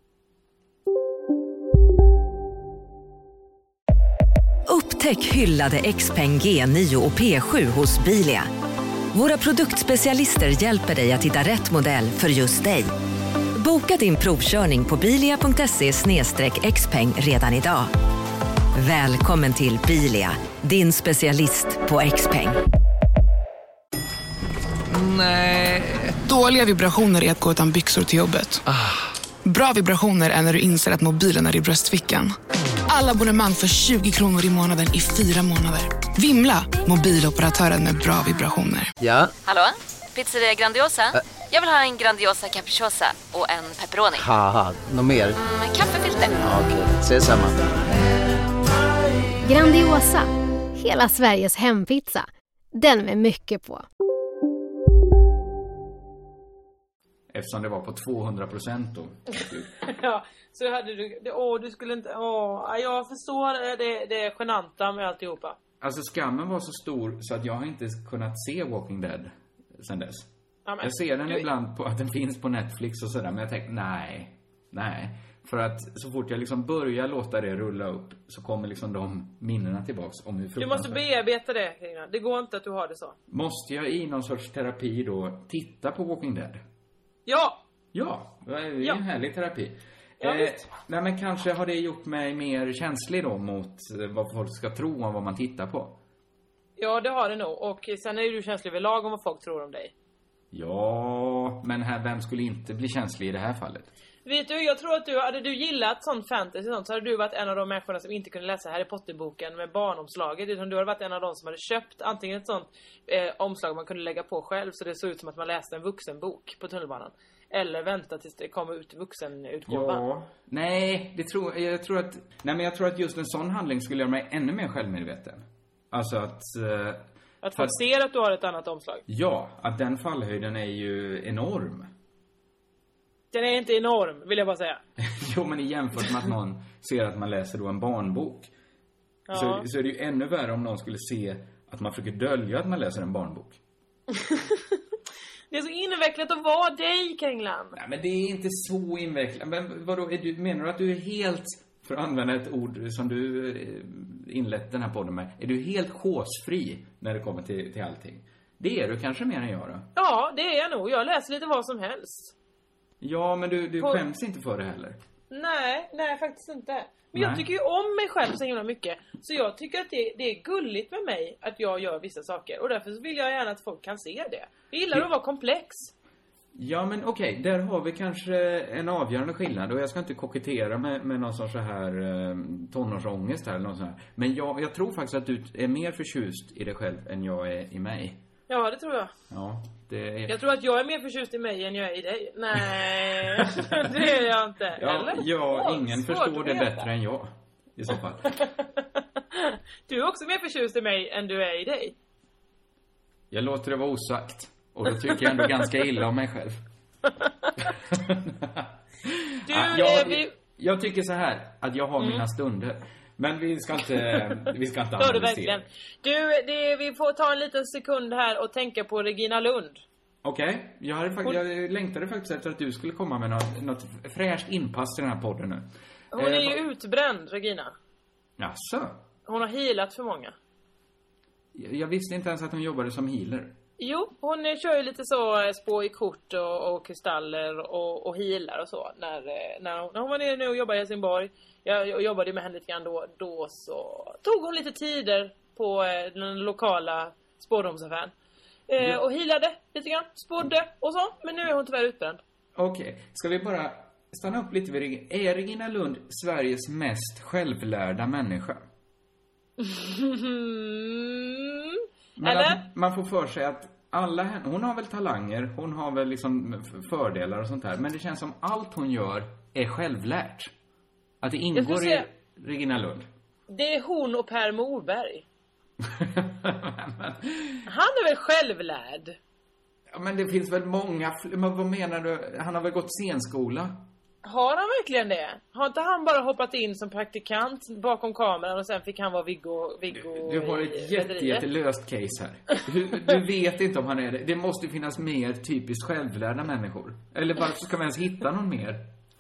Upptäck hyllade X-Pen G nio och P sju hos Bilia. Våra produktspecialister hjälper dig att hitta rätt modell för just dig. Boka din provkörning på bilia punkt se slash xpeng redan idag. Välkommen till Bilia, din specialist på X-Peng. Nej. Dåliga vibrationer är att gå utan byxor till jobbet. Ah. Bra vibrationer är när du inser att mobilen är i bröstfickan. Alla abonnemang för tjugo kronor i månaden i fyra månader. Vimla, mobiloperatören med bra vibrationer. Ja? Hallå? Pizzeria Grandiosa? Ä Jag vill ha en Grandiosa capriciosa och en pepperoni. Haha, något mer? Mm, kaffefilter. Ja, okej, okay. Ses samma. Grandiosa, hela Sveriges hempizza. Den med mycket på. Eftersom det var på tvåhundra procent då. Ja, så hade du... Det, åh, du skulle inte... Åh, jag förstår det, det är genanta med alltihopa. Alltså skammen var så stor så att jag har inte kunnat se Walking Dead sen dess. Ja, men, jag ser den du... ibland på att den finns på Netflix och sådär. Men jag tänkte, nej, nej. För att så fort jag liksom börjar låta det rulla upp så kommer liksom de minnena tillbaks om hur fruktansvärt. Du måste bearbeta det, Karina. Det går inte att du har det så. Måste jag i någon sorts terapi då titta på Walking Dead? Ja! Ja, det är ja. en härlig terapi. Ja, eh, nej, men kanske har det gjort mig mer känslig då mot vad folk ska tro om vad man tittar på. Ja, det har det nog. Och sen är du känslig överlag om vad folk tror om dig. Ja, men här, vem skulle inte bli känslig i det här fallet? Vet du, jag tror att du, hade du gillat sån fantasy sånt, så hade du varit en av de människorna som inte kunde läsa Harry Potter-boken med barnomslaget. Utan du hade varit en av de som hade köpt antingen ett sånt eh, omslag man kunde lägga på själv så det såg ut som att man läste en vuxenbok på tunnelbanan. Eller vänta tills det kommer ut vuxenutgåvan. Ja, nej, det tror, jag tror att nej men jag tror att just en sån handling skulle göra mig ännu mer självmedveten. Alltså att eh, Att folk ser att du har ett annat omslag. Ja, att den fallhöjden är ju enorm. Den är inte enorm, vill jag bara säga. Jo, men i jämfört med att någon ser att man läser då en barnbok. Ja. Så, så är det ju ännu värre om någon skulle se att man försöker dölja att man läser en barnbok. Det är så invecklat att vara dig, Kringland. Nej, men det är inte så invecklat. Men vadå, är du, menar du att du är helt, för att använda ett ord som du inlett den här podden med, är du helt chosefri när det kommer till, till allting? Det är du kanske mer än jag då? Ja, det är jag nog. Jag läser lite vad som helst. Ja, men du, du På... skäms inte för det heller. Nej, nej faktiskt inte. Men nej. Jag tycker ju om mig själv så himla mycket. Så jag tycker att det, det är gulligt med mig att jag gör vissa saker. Och därför vill jag gärna att folk kan se det. Jag gillar det... att vara komplex. Ja, men okej, okay, där har vi kanske en avgörande skillnad. Och jag ska inte kokettera med, med någon sorts så här eh, tonårsångest här eller något sånt här. Men jag, jag tror faktiskt att du är mer förtjust i dig själv än jag är i mig. Ja, det tror jag. Ja, det är... Jag tror att jag är mer förtjust i mig än jag är i dig. Nej, det är jag inte. Ja, eller? ja Åh, ingen förstår det bättre än jag. I så fall. Du är också mer förtjust i mig än du är i dig. Jag låter det vara osagt. Och då tycker jag ändå ganska illa om mig själv. Du, ah, jag, vi... jag tycker så här, att jag har mm. mina stunder. Men vi ska inte, vi ska inte analysera. Du, det, vi får ta en liten sekund här och tänka på Regina Lund. Okej, okay. jag, hade, Hon... jag längtade faktiskt efter att du skulle komma med något, något fräscht inpass i den här podden nu. Hon är ju eh, utbränd, Regina. Jaså? Hon har healat för många. Jag, jag visste inte ens att hon jobbade som healer. Jo, hon kör ju lite så spå i kort och, och kristaller och, och healar och så. När, när, hon, när hon var nere nu och jobbade i Helsingborg. Jag, jag jobbade med henne lite grann då, då så tog hon lite tider på eh, den lokala spårdomsaffären. Eh, ja. Och healade lite grann, spådde och så. Men nu är hon tyvärr utbränd. Okej, okay. Ska vi bara stanna upp lite vid Regina. Är Regina Lund Sveriges mest självlärda människa? Men Eller? att man får för sig att alla, hon har väl talanger, hon har väl liksom fördelar och sånt här. Men det känns som allt hon gör är självlärt. Att det ingår i Regina Lund. Det är hon och Per Morberg. Han är väl självlärd? Ja, men det finns väl många, men vad menar du? Han har väl gått scenskola? Har han verkligen det? Har inte han bara hoppat in som praktikant bakom kameran och sen fick han vara Viggo, Viggo Du, du har ett jätte, jättelöst case här. Du, du vet inte om han är det. Det måste finnas mer typiskt självlärda människor. Eller varför ska man ens hitta någon mer?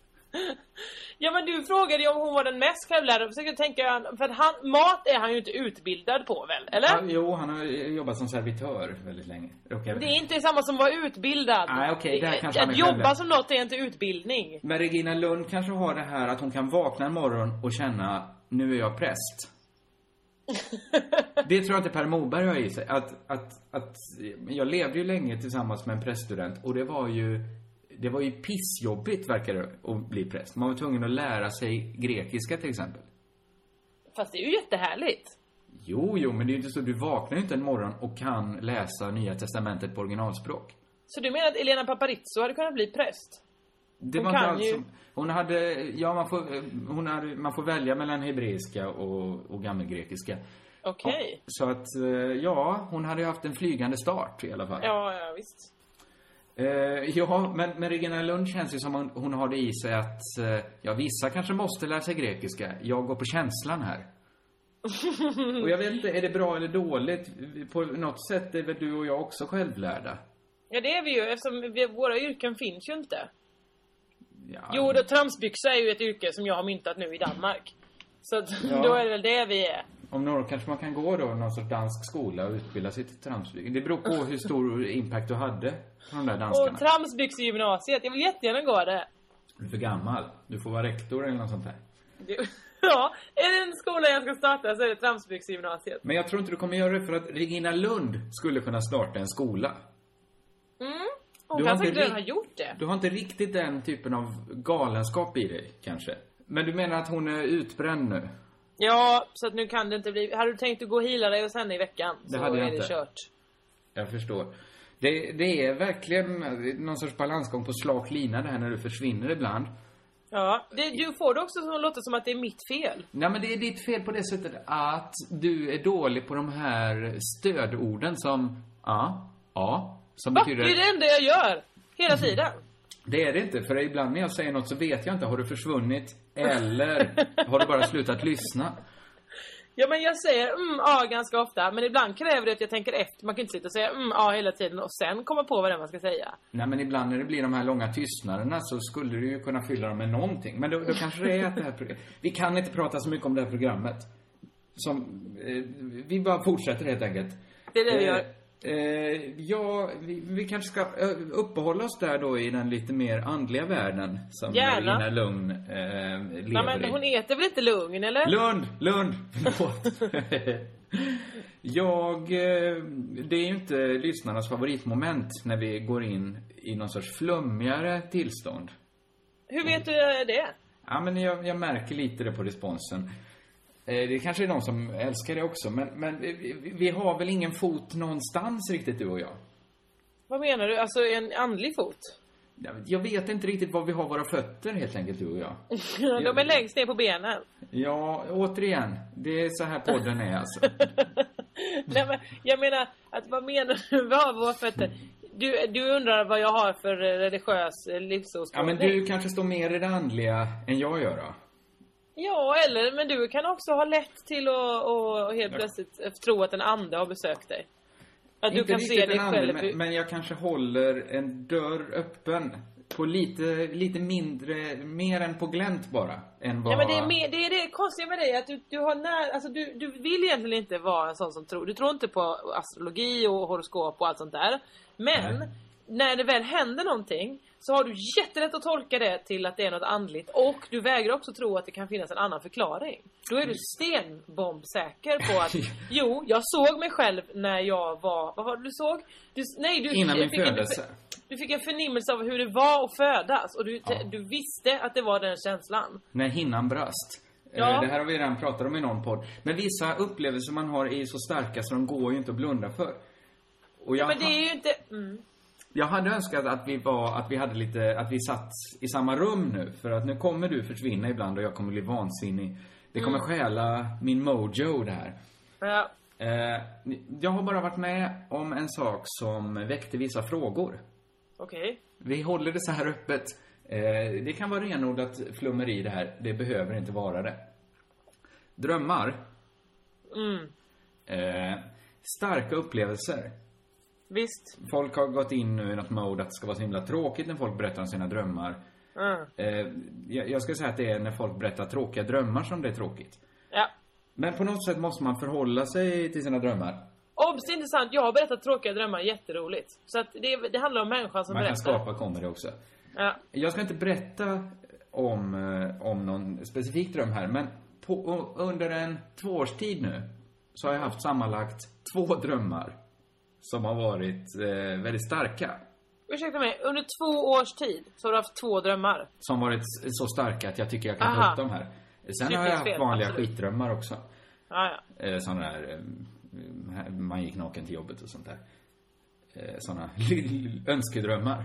Ja, men du frågade ju om hon var den mest självlärda. Jag försöker tänka, för att han, mat är han ju inte utbildad på väl, eller? Ja, jo, han har jobbat som servitör väldigt länge. Okay. Det är inte samma som var utbildad. Nej, okej, okay, det här kanske att han är jobba självlärd. som något är inte utbildning. Men Regina Lund kanske har det här att hon kan vakna en morgon och känna, nu är jag präst. Det tror jag inte Per Morberg har i sig. Att, att, att, jag levde ju länge tillsammans med en präststudent och det var ju Det var ju pissjobbigt, verkar det, att bli präst. Man var tvungen att lära sig grekiska till exempel. Fast det är ju jättehärligt. Jo, jo, men det är ju inte så. Du vaknar ju inte en morgon och kan läsa Nya testamentet på originalspråk. Så du menar att Elena Paparizou hade kunnat bli präst? Det hon var kan inte alls ju... som, hon hade, ja man får, hon hade, man får välja mellan hebreiska och, och gammelgrekiska. Okej. Okay. Så att, ja, hon hade ju haft en flygande start i alla fall. Ja, ja, visst. Uh, ja, men, men Regina Lund känns ju som hon, hon har det i sig att uh, ja, vissa kanske måste lära sig grekiska. Jag går på känslan här. Och jag vet inte, är det bra eller dåligt? På något sätt är väl du och jag också självlärda. Ja, det är vi ju, eftersom vi, våra yrken finns ju inte. Ja, jo, då, tramsbyxa är ju ett yrke som jag har myntat nu i Danmark. Så att, ja. Då är det väl det vi är. Om några kanske man kan gå då någon sorts dansk skola och utbilda sig till tramsbyxa. Det beror på hur stor impact du hade på de där danskarna. Och tramsbyxa i gymnasiet, jag vill jättegärna gå det. Du är för gammal. Du får vara rektor eller något sånt här. Ja, är det en skola jag ska starta så är det tramsbyxa i gymnasiet. Men jag tror inte du kommer göra det för att Regina Lund skulle kunna starta en skola. Mm, hon kanske inte redan har gjort det. Du har inte riktigt den typen av galenskap i dig, kanske. Men du menar att hon är utbränd nu? Ja, så att nu kan det inte bli... Har du tänkt att gå och hila dig och sen i veckan? Det så hade jag är inte. Det kört. Jag förstår. Det, det är verkligen någon sorts balansgång på slak lina det här när du försvinner ibland. Ja, det, du får det också som låter som att det är mitt fel. Nej, men det är ditt fel på det sättet att du är dålig på de här stödorden som ja, ja, som Va? betyder... Det är det enda jag gör, hela tiden. Det är det inte, för ibland när jag säger något så vet jag inte, har du försvunnit eller har du bara slutat lyssna? Ja, men jag säger mm, ja ganska ofta, men ibland kräver det att jag tänker efter. Man kan inte sitta och säga mm, ja hela tiden och sen komma på vad det är man ska säga. Nej, men ibland när det blir de här långa tystnaderna så skulle du ju kunna fylla dem med någonting. Men då, då kanske det är att det här programmet... Vi kan inte prata så mycket om det här programmet. Som, eh, vi bara fortsätter helt enkelt. Det är det vi gör. Eh, eh, ja, vi, vi kanske ska eh, uppehålla oss där då i den lite mer andliga världen som Gärna. Ina Lugn eh, lever Nej, men i. hon heter väl inte Lugn, eller? Lund, Lund, förlåt. Jag, eh, det är ju inte lyssnarnas favoritmoment när vi går in i någon sorts flummigare tillstånd. Hur vet du det? Ja, men jag, jag märker lite det på responsen. Eh, det kanske är någon som älskar det också, men, men vi, vi har väl ingen fot någonstans riktigt, du och jag. Vad menar du? Alltså en andlig fot? Jag vet inte riktigt var vi har våra fötter helt enkelt, du och jag. De är längst ner på benen. Ja, återigen. Det är så här podden är alltså. Nej, men jag menar, att vad menar du? Vad har våra fötter? Du, du undrar vad jag har för religiös livsåskådning. Ja, men du kanske står mer i det andliga än jag gör då. Ja, eller, men du kan också ha lätt till att och helt plötsligt tro att en ande har besökt dig. Att du inte kan se dig ande, själv. Men, men jag kanske håller en dörr öppen på lite, lite mindre, mer än på glänt bara. Än vad... Ja, men det är, mer, det är det konstiga med dig, att du, du har när, alltså du, du vill egentligen inte vara en sån som tror. Du tror inte på astrologi och horoskop och allt sånt där. Men Nej. när det väl händer någonting så har du jättelätt att tolka det till att det är något andligt. Och du vägrar också tro att det kan finnas en annan förklaring. Då är du stenbombsäker på att jo, jag såg mig själv när jag var... Vad var det du såg? Du, nej, du, Innan min fick födelse. En, du fick en förnimmelse av hur det var att födas. Och du, Ja. du visste att det var den känslan. När hinnan brast. Ja. Det här har vi redan pratat om i någon podd. Men vissa upplevelser man har är så starka så de går ju inte att blunda för. Och jag Ja, men det ha- är ju inte... Mm. Jag hade önskat att vi var, att vi hade lite, att vi satt i samma rum nu. För att nu kommer du försvinna ibland och jag kommer bli vansinnig. Det kommer Mm. stjäla min mojo det här. Ja. Eh, jag har bara varit med om en sak som väckte vissa frågor. Okej. Vi håller det så här öppet. Eh, det kan vara renodlat flummeri det här. Det behöver inte vara det. Drömmar. Mm. Eh, starka upplevelser. Visst. Folk har gått in nu i något mode att det ska vara så himla tråkigt när folk berättar om sina drömmar. Mm. Eh, jag, jag ska säga att det är när folk berättar tråkiga drömmar som det är tråkigt. Ja. Men på något sätt måste man förhålla sig till sina drömmar. Obs, intressant. Jag har berättat tråkiga drömmar, jätteroligt. Så att det, det handlar om människan som Man kan berättar. skapa kommer det också. Ja. Jag ska inte berätta om, eh, om någon specifik dröm här. Men på, under en tvåårstid nu så har jag haft sammanlagt två drömmar som har varit eh, väldigt starka. Ursäkta mig, under två års tid så har du haft två drömmar. Som varit så starka att jag tycker jag kan Aha. ta upp dem här. Sen har jag haft fel, vanliga absolut. skitdrömmar också. Ja, ja. Eh, sådana där, eh, man gick naken till jobbet och sånt där. Eh, sådana önskedrömmar.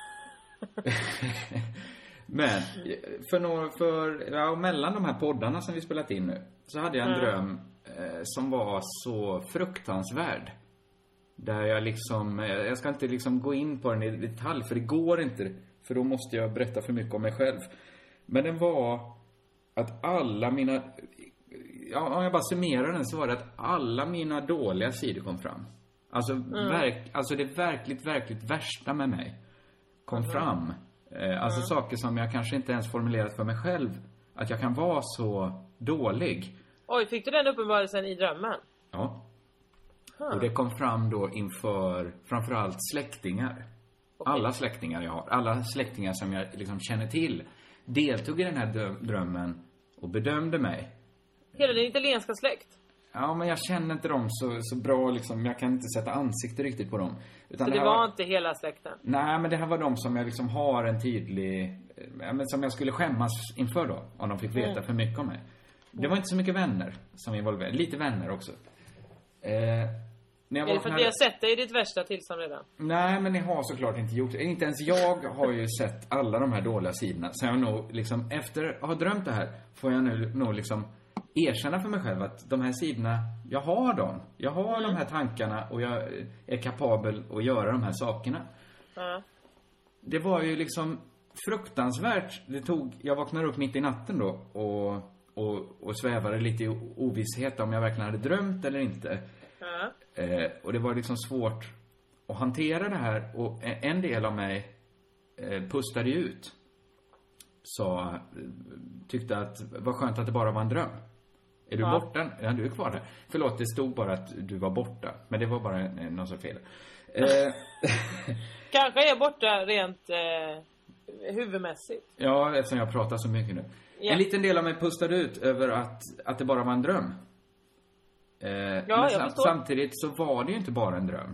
Men för några, för, ja, mellan de här poddarna som vi spelat in nu så hade jag en Mm. dröm eh, som var så fruktansvärd. Där jag liksom, eh, jag ska inte liksom gå in på den i detalj för det går inte. För då måste jag berätta för mycket om mig själv. Men den var att alla mina, ja, om jag bara summerar den så var det att alla mina dåliga sidor kom fram. Alltså, Mm. verk, alltså det verkligt, verkligt värsta med mig kom Mm. fram. Eh, alltså Mm. saker som jag kanske inte ens formulerat för mig själv. Att jag kan vara så dålig. Oj, fick du den uppenbarelsen i drömmen? Ja. Huh. Och det kom fram då inför framförallt släktingar. Okej. Alla släktingar jag har. Alla släktingar som jag liksom känner till deltog i den här dö- drömmen och bedömde mig. Hela din italienska släkt? Ja, men jag känner inte dem så, så bra liksom. Jag kan inte sätta ansikte riktigt på dem. Utan Så det här var inte hela släkten? Nej, men det här var de som jag liksom har en tydlig, ja, men som jag skulle skämmas inför då. Om de fick veta Mm. för mycket om mig. Det var inte så mycket vänner som involverade. Lite vänner också. Eh, När jag är det för att vaknade... vi har sett dig i ditt värsta tillstånd redan? Nej, men ni har såklart inte gjort det. Inte ens jag har ju sett alla de här dåliga sidorna. Så jag nog liksom, efter att ha drömt det här, får jag nu nog liksom erkänna för mig själv att de här sidorna, jag har dem. Jag har mm. de här tankarna och jag är kapabel att göra de här sakerna. Mm. Det var ju liksom fruktansvärt. Det tog, jag vaknade upp mitt i natten då och, och, och svävade lite i ovisshet om jag verkligen hade drömt eller inte. Mm. Eh, och det var liksom svårt att hantera det här. Och en del av mig eh, pustade ut. Så tyckte att vad skönt att det bara var en dröm. Är du ja. borta? Ja, du är kvar där. Förlåt, det stod bara att du var borta. Men det var bara eh, något så fel. Eh, Kanske är jag borta rent eh, huvudmässigt. Ja, eftersom jag pratar så mycket nu. Ja. En liten del av mig pustade ut över att, att det bara var en dröm. Eh, ja, men jag sam- förstår. samtidigt så var det ju inte bara en dröm.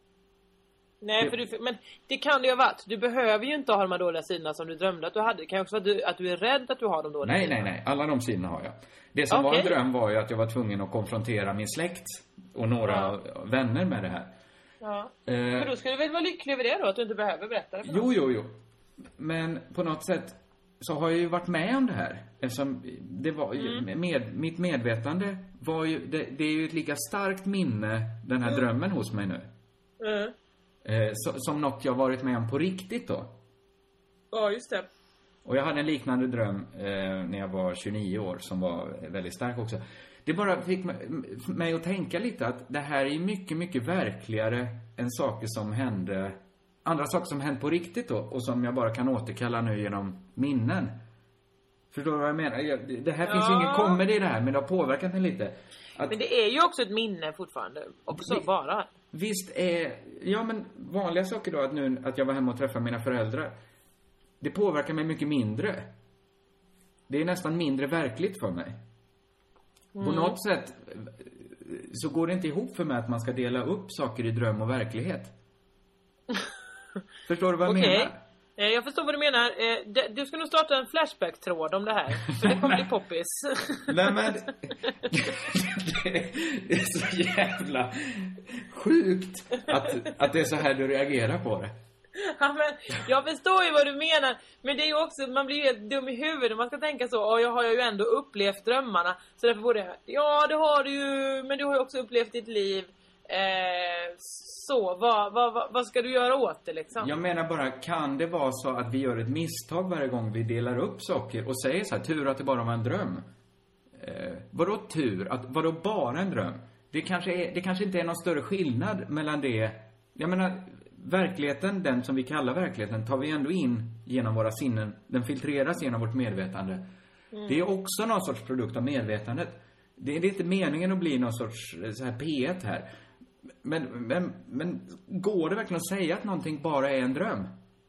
Nej, det... för du, men det kan det ju ha varit. Du behöver ju inte ha de här dåliga sidorna som du drömde att du hade. Det kan ju också vara att du, att du är rädd att du har de dåliga Nej, sidorna. nej, nej. Alla de sidorna har jag. Det som okay. var en dröm var ju att jag var tvungen att konfrontera min släkt och några ja. vänner med det här. Ja. Eh... Men då ska du väl vara lycklig över det då, att du inte behöver berätta det för Jo, jo, jo. Men på något sätt så har jag ju varit med om det här. Eftersom det var ju, Mm. med, mitt medvetande var ju, det, det är ju ett lika starkt minne, den här mm. drömmen hos mig nu. Mm. Eh, så, som något jag varit med om på riktigt då. Ja, just det. Och jag hade en liknande dröm eh, när jag var tjugonio år som var väldigt stark också. Det bara fick mig, mig att tänka lite att det här är mycket, mycket verkligare än saker som hände, andra saker som hände på riktigt då och som jag bara kan återkalla nu genom minnen. Förstår du vad jag menar? Det här ja. finns ju ingen comedy i det här, men det har påverkat mig lite. Att, men det är ju också ett minne fortfarande. Också vi, bara. Visst är, ja men vanliga saker då att nu att jag var hemma och träffade mina föräldrar. Det påverkar mig mycket mindre. Det är nästan mindre verkligt för mig. Mm. På något sätt så går det inte ihop för mig att man ska dela upp saker i dröm och verklighet. Förstår du vad jag okay. menar? Jag förstår vad du menar. Du ska nog starta en flashback-tråd om det här. För det kommer bli poppis. Nej men det är så jävla sjukt att, att det är så här du reagerar på det. Ja, men jag förstår ju vad du menar. Men det är ju också, man blir ju helt dum i huvudet. Man ska tänka så, och jag har ju ändå upplevt drömmarna. Så därför borde jag, ja det har du ju. Men du har ju också upplevt ditt liv. eh, Så, vad, vad, vad, vad ska du göra åt det liksom? Jag menar bara, kan det vara så att vi gör ett misstag varje gång vi delar upp saker och säger så här, tur att det bara var en dröm? eh, Vadå tur? Att, vadå bara en dröm? Det kanske, är, det kanske inte är någon större skillnad mellan det. Jag menar, verkligheten, den som vi kallar verkligheten, tar vi ändå in genom våra sinnen. Den filtreras genom vårt medvetande. Mm. Det är också någon sorts produkt av medvetandet. Det är, det är inte meningen att bli någon sorts så här P ett här. Men, men, men går det verkligen att säga att någonting bara är en dröm?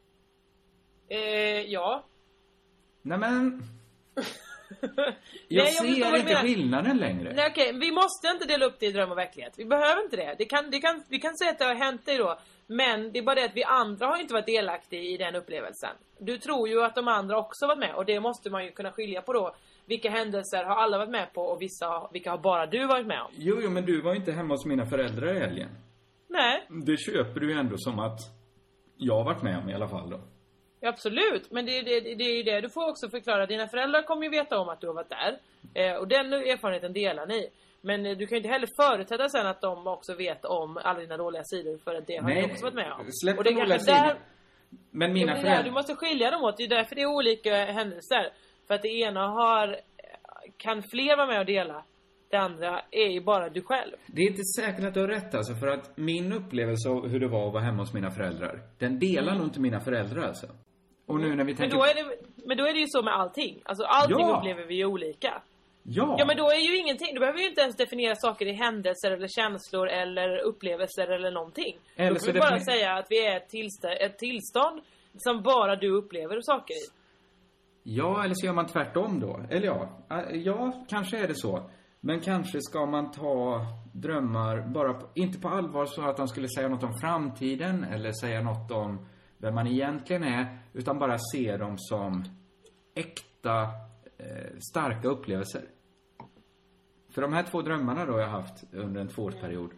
Eh, ja. Nej men... Jag, Nej, jag ser inte skillnaden längre. Nej, okej, vi måste inte dela upp det i dröm och verklighet. Vi behöver inte det. det, kan, det kan, vi kan säga att det har hänt dig då. Men det är bara det att vi andra har inte varit delaktiga i den upplevelsen. Du tror ju att de andra också varit med. Och det måste man ju kunna skilja på då. Vilka händelser har alla varit med på och vissa, vilka har bara du varit med om? Jo, jo, men du var ju inte hemma hos mina föräldrar i helgen. Nej. Det köper du ju ändå som att jag har varit med om i alla fall då. Ja, absolut, men det, det, det är ju det. Du får också förklara. Dina föräldrar kommer ju veta om att du har varit där. Eh, och den erfarenheten delar ni. Men eh, du kan ju inte heller förutsätta sen att de också vet om alla dina dåliga sidor. För att det har Nej, du också varit med om. Släpp och det de dåliga sidor. Där... Men mina ja, föräldrar... Du måste skilja dem åt. Det är därför det är olika händelser. För att det ena har... kan fler vara med och dela. Det andra är ju bara du själv. Det är inte säkert att du har rätt alltså. För att min upplevelse av hur det var att vara hemma hos mina föräldrar, den delar mm. nog inte mina föräldrar alltså. Och nu när vi tänker... Men då är det, men då är det ju så med allting. Alltså allting ja. upplever vi ju olika. Ja. Ja, men då är ju ingenting. Du behöver ju inte ens definiera saker i händelser eller känslor eller upplevelser eller någonting. Eller då får vi defini- bara säga att vi är ett tillstånd, ett tillstånd som bara du upplever saker i. Ja, eller så gör man tvärtom då. Eller ja, ja, kanske är det så. Men kanske ska man ta drömmar bara, på, inte på allvar så att de skulle säga något om framtiden eller säga något om vem man egentligen är, utan bara se dem som äkta, eh, starka upplevelser. För de här två drömmarna då jag haft under en tvåårsperiod,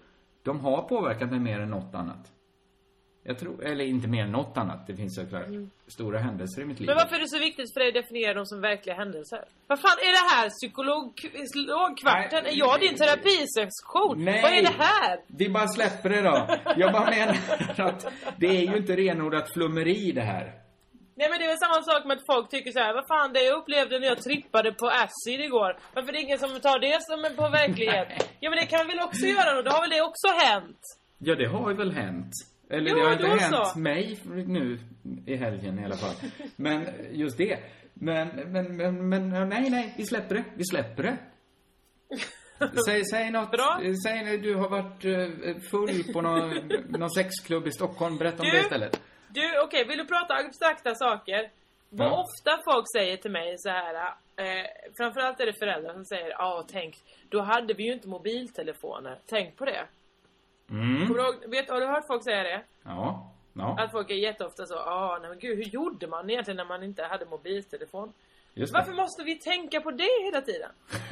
De har påverkat mig mer än något annat. Jag tror, eller inte mer än något annat. Det finns såklart mm. stora händelser i mitt liv. Men varför är det så viktigt för dig att definiera dem som verkliga händelser? Vad fan är det här? Psykologkvarten? Är jag din terapisession? Nej. Vad är det här? Vi bara släpper det då. Jag bara menar att det är ju inte renodlat flummeri det här. Nej, men det är väl samma sak med att folk tycker så här: vad fan, det jag upplevde när jag trippade på acid igår. Varför är det ingen som tar det som en på verklighet? Ja, men det kan vi väl också göra då? Då har väl det också hänt? Ja, det har ju väl hänt. Eller jo, det har inte hänt så. mig nu i helgen i alla fall. Men just det. Men, men, men, men nej, nej, vi släpper det. Vi släpper det. Säg, säg något. Bra. Säg, du har varit full på någon, någon sexklubb i Stockholm. Berätta om du, det istället. Du, okej, okay, vill du prata abstrakta saker? Vad ja. ofta folk säger till mig så här, eh, framförallt är det föräldrar som säger: ja, tänk, då hade vi ju inte mobiltelefoner. Tänk på det. Mm. Du ihåg, vet, har du hört folk säga det? Ja. ja. Att folk är jätteofta så: ja, nej men gud, hur gjorde man egentligen när man inte hade mobiltelefon? Just Varför måste vi tänka på det hela tiden?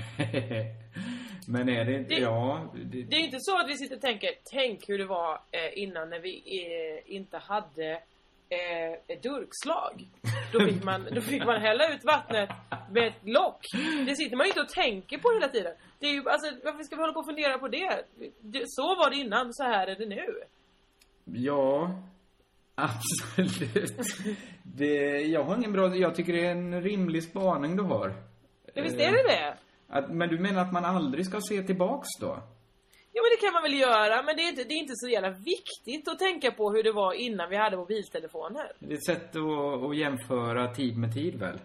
Men är det inte, det, ja det... det är inte så att vi sitter och tänker: tänk hur det var eh, innan när vi eh, inte hade eh, ett durkslag. Då fick man, då fick man hälla ut vattnet med ett lock. Det sitter man ju inte och tänker på hela tiden. Det är ju, alltså, varför ska vi hålla på och fundera på det? det? Så var det innan, så här är det nu. Ja, absolut. det, jag har ingen bra, jag tycker det är en rimlig spaning du har. Ja, visst är det det? Att, men du menar att man aldrig ska se tillbaks då? Ja, men det kan man väl göra. Men det är inte, det är inte så jävla viktigt att tänka på hur det var innan vi hade mobiltelefoner. Det är ett sätt att, att jämföra tid med tid väl?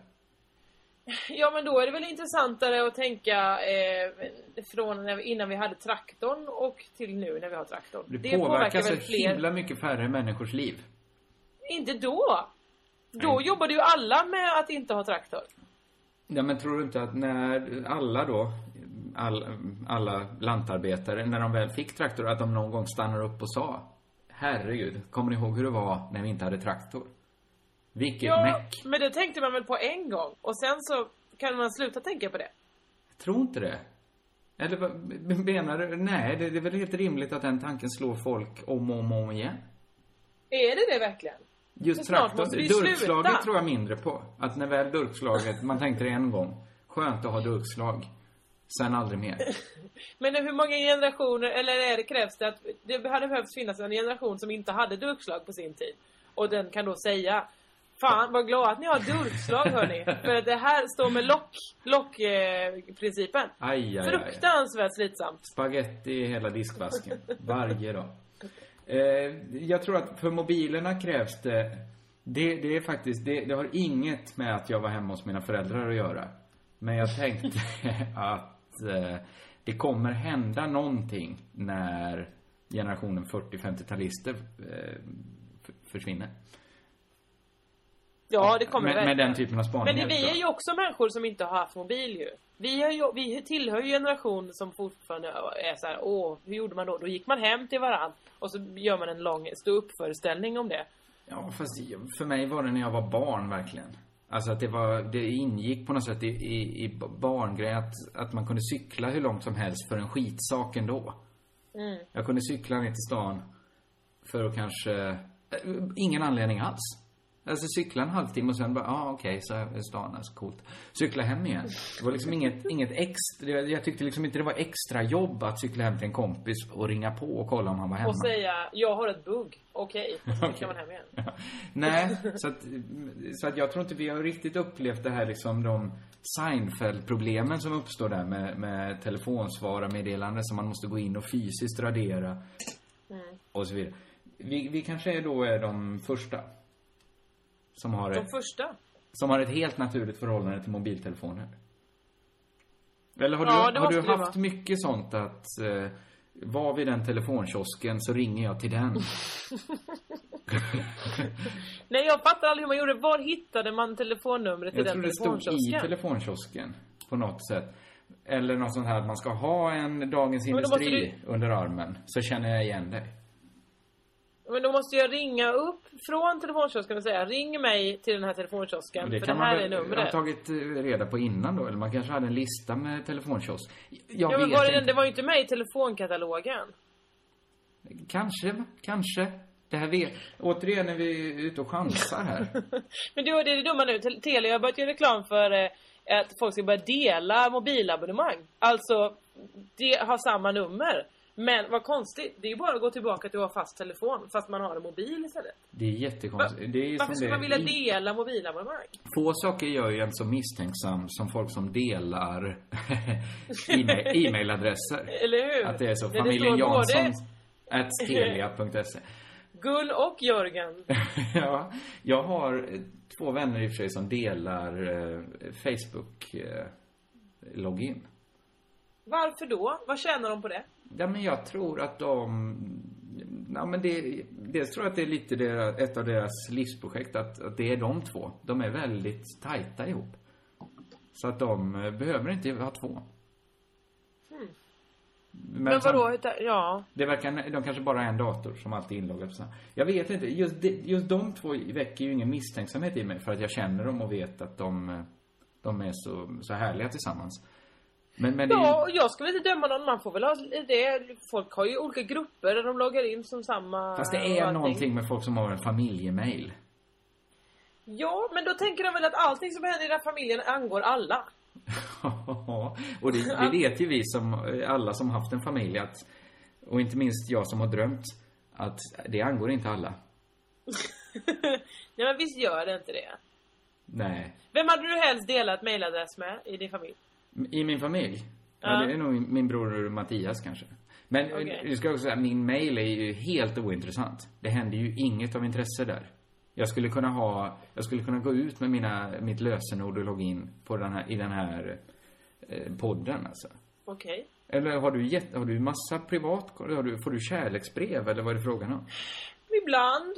Ja, men då är det väl intressantare att tänka eh, från när vi, innan vi hade traktorn och till nu när vi har traktorn. Det, det påverkar, påverkar väl så fler... himla mycket färre människors liv. Inte då. Då Nej. jobbade ju alla med att inte ha traktor. Ja, men tror du inte att när alla då, all, alla lantarbetare, när de väl fick traktor, att de någon gång stannar upp och sa: herregud, kommer ni ihåg hur det var när vi inte hade traktor? Vilket ja, mäck. Men det tänkte man väl på en gång. Och sen så kan man sluta tänka på det. Jag tror inte det. Eller vad menar du? Nej, det, det är väl helt rimligt att den tanken slår folk om och om, om igen. Är det det verkligen? Just traktor, durkslaget tror jag mindre på. Att när väl durkslaget, man tänkte det en gång: skönt att ha durkslag. Sen aldrig mer. Men hur många generationer, eller är det, krävs det att det hade behövt finnas en generation som inte hade durkslag på sin tid? Och den kan då säga: fan, vad glad att ni har durkslag, hörni. För att det här står med lock, lock-principen. Eh, aj, aj, fruktansvärt slitsamt. Spaghetti i hela diskvasken. Varje dag. Eh, jag tror att för mobilerna krävs det... Det, det är faktiskt... Det, det har inget med att jag var hemma hos mina föräldrar att göra. Men jag tänkte att eh, det kommer hända någonting när generationen fyrtio-femtio-talister eh, försvinner. Ja, det kommer med, med den typen av spaningar. Men det, vi är ju också människor som inte har haft mobil ju. Vi, är ju, vi tillhör ju generation som fortfarande är så här: åh, hur gjorde man då? Då gick man hem till varann och så gör man en lång stå-upp-föreställning om det. Ja, fast för mig var det när jag var barn verkligen. Alltså att det var, det ingick på något sätt i, i, i barngrej att, att man kunde cykla hur långt som helst för en skitsak ändå. Mm. Jag kunde cykla ner till stan för att kanske... Ingen anledning alls. Alltså cykla en halvtimme och sen bara, ja ah, okej, okay, så är stan är så coolt. Cykla hem igen. Det var liksom inget, inget extra, jag tyckte liksom inte det var extra jobb att cykla hem till en kompis och ringa på och kolla om han var hemma. Och säga, jag har ett bugg, okej, okay. Så cyklar man hem igen. Ja. Nej, så att, så att jag tror inte vi har riktigt upplevt det här liksom de Seinfeld-problemen som uppstår där med, med telefonsvararmeddelanden som man måste gå in och fysiskt radera mm. och så vidare. Vi, vi kanske då är de första. Som har, de ett, första. som har ett helt naturligt förhållande till mobiltelefoner. Eller har ja, du, har du haft vara. mycket sånt att eh, var vid den telefonkiosken så ringer jag till den? Nej, jag fattar aldrig hur man gjorde. Var hittade man telefonnumret till jag den telefonkiosken? Jag tror det stod i telefonkiosken på något sätt. Eller något sånt här att man ska ha en Dagens Industri du... under armen. Så känner jag igen dig. Men då måste jag ringa upp från telefonkiosken och säga: ring mig till den här telefonkiosken, det för kan det här man är numret. Jag har tagit reda på innan då. Eller man kanske hade en lista med telefonkiosk. Jag ja, men vet var det, inte. det var ju inte med i telefonkatalogen. Kanske, kanske. Det här vet, återigen när vi är ute och chansar här. Men det är det dumma nu. Telia har börjat göra reklam för eh, att folk ska börja dela mobilabonnemang. Alltså, det har samma nummer. Men vad konstigt, det är ju bara att gå tillbaka till att ha fast telefon fast man har en mobil istället. Det är jättekonstigt. Va? Det är Varför skulle det... man vilja dela mobilabonnemang? Få saker gör ju en så misstänksam som folk som delar e-mail, e-mailadresser. Eller hur? Att det är så. Det Familjen det Jansson både... at telia punkt se. Gull och Jörgen. Ja, jag har två vänner i och för sig som delar eh, Facebook eh, login. Varför då? Vad tjänar de på det? Ja, men jag tror att de... Ja, men det, dels tror jag att det är lite deras, ett av deras livsprojekt. Att, att det är de två. De är väldigt tajta ihop. Så att de behöver inte ha två. Hmm. Men, men vadå? Som, ja. Det verkar, de kanske bara har en dator som alltid är inloggad. Jag vet inte. Just, det, just de två väcker ju ingen misstänksamhet i mig. För att jag känner dem och vet att de, de är så, så härliga tillsammans. Men, men ja, det... jag ska väl inte döma någon. Man får väl ha det. Folk har ju olika grupper där de loggar in som samma... Fast det är någonting med folk som har en familjemail. Ja, men då tänker de väl att allting som händer i den familjen angår alla. Och det, det vet ju vi som, alla som haft en familj att, och inte minst jag som har drömt, att det angår inte alla. Nej, men visst gör det inte det. Nej. Vem hade du helst delat mailadress med i din familj? I min familj? Ja, ja det är nog min, min bror Mattias kanske. Men okay. Jag ska också säga, min mail är ju helt ointressant. Det händer ju inget av intresse där. Jag skulle kunna ha, jag skulle kunna gå ut med mina, mitt lösenord och logga in på den här, i den här eh, podden alltså. Okej. Okay. Eller har du gett, har du massa privat, har du, får du kärleksbrev eller vad är det frågan om? Ibland.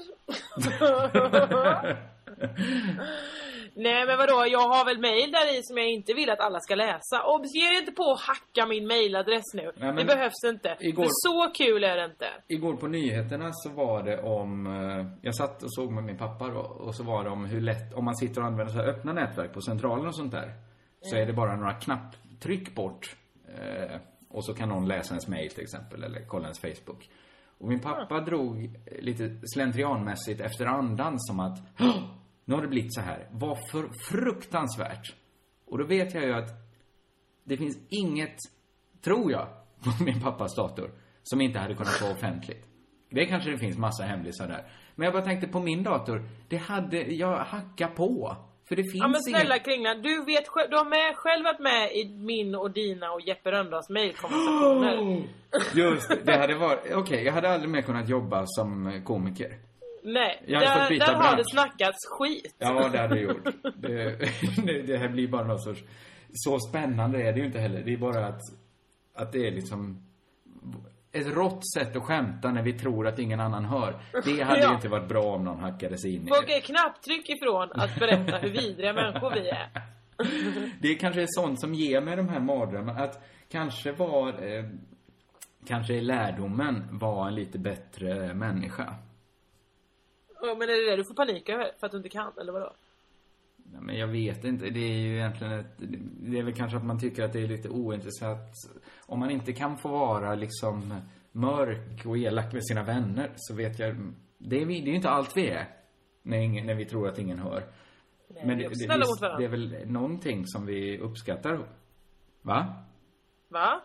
Nej, men vadå? Jag har väl mejl där i som jag inte vill att alla ska läsa. Observera inte på att hacka min mejladress nu. Nej, det behövs inte. Igår, för så kul är det inte. Igår på nyheterna så var det om... Jag satt och såg med min pappa då, och så var det om hur lätt... Om man sitter och använder så här öppna nätverk på centralen och sånt där. Mm. Så är det bara några knapptryck bort. Eh, och så kan någon läsa ens mejl till exempel. Eller kolla ens Facebook. Och min pappa mm. drog lite slentrianmässigt efter andan som att... Nu har det blivit så här. Vad för fruktansvärt. Och då vet jag ju att det finns inget, tror jag, på min pappas dator som inte hade kunnat vara offentligt. Det kanske det finns massa hemlisar där. Men jag bara tänkte på min dator. Det hade jag hackat på. För det finns ja, men snälla inget... Kringlan, du vet själv, du har med, själv varit med i min och dina och Jeppe Rönndahls mejlkonversationer. Oh, just det, det hade varit... Okej, okay, jag hade aldrig mer kunnat jobba som komiker. Nej, jag där, där bransch. Har det snackats skit. Ja, det hade det gjort. Det, det här blir bara något sorts... Så spännande är det ju inte heller. Det är bara att, att det är liksom... Ett rått sätt att skämta när vi tror att ingen annan hör. Det hade ja. ju inte varit bra om någon hackade sig in i Folk det. är knapptryck ifrån att berätta hur vidriga människor vi är. Det är kanske sånt som ger mig de här mardrömmarna. Att kanske var... Eh, kanske i lärdomen var en lite bättre människa. Ja, men är det det du får panik över för att du inte kan, eller vadå? Ja, men jag vet inte. Det är ju egentligen ett, det är väl kanske att man tycker att det är lite ointressant. Om man inte kan få vara liksom mörk och elak med sina vänner, så vet jag, det är, det är ju inte allt vi är när, ingen, när vi tror att ingen hör. Nej, men det, det, det, det, det är väl någonting som vi uppskattar. Va? Va?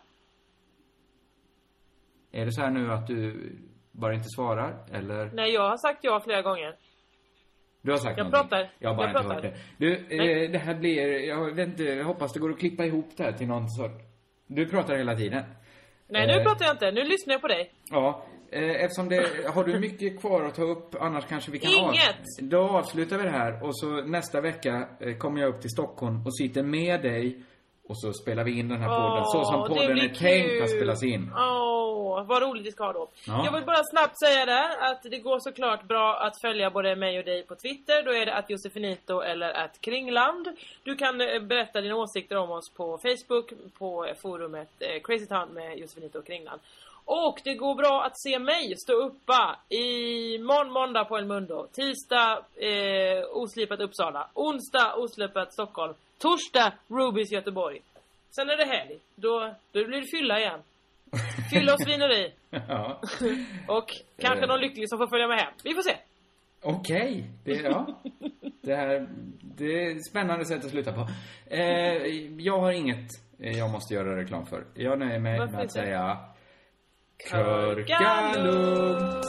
Är det så här nu att du bara inte svarar, eller? Nej, jag har sagt ja flera gånger. Du har sagt jag någonting. pratar. Jag har bara jag inte pratar. hört det. Du, eh, det här blir... Jag vet inte, jag hoppas det går att klippa ihop det här till någon sort... Du pratar hela tiden. Nej, nu eh, pratar jag inte. Nu lyssnar jag på dig. Ja, eh, eftersom det... Har du mycket kvar att ta upp? Annars kanske vi kan... Inget! Av, då avslutar vi det här. Och så nästa vecka eh, kommer jag upp till Stockholm och sitter med dig. Och så spelar vi in den här podden. Åh, så som podden är tänkt att spelas in. Åh, vad roligt vi ska ha då. Ja. Jag vill bara snabbt säga där att det går såklart bra att följa både mig och dig på Twitter. Då är det att Josefinito eller att Kringland. Du kan berätta dina åsikter om oss på Facebook, på forumet eh, Crazy Town med Josefinito och Kringland. Och det går bra att se mig stå uppa i morgon måndag på El Mundo. Tisdag eh, oslipat Uppsala. Onsdag oslipat Stockholm. Torsdag Rubys Göteborg. Sen är det helg. Då, då blir det fylla igen. Fylla och svineri. Ja. Och kanske Eh. någon lycklig som får följa med hem. Vi får se. Okej, det, ja. det, här, det är ett spännande sätt att sluta på. Eh, jag har inget jag måste göra reklam för. Jag nöjer mig Varför med att inte? säga Körka lugnt.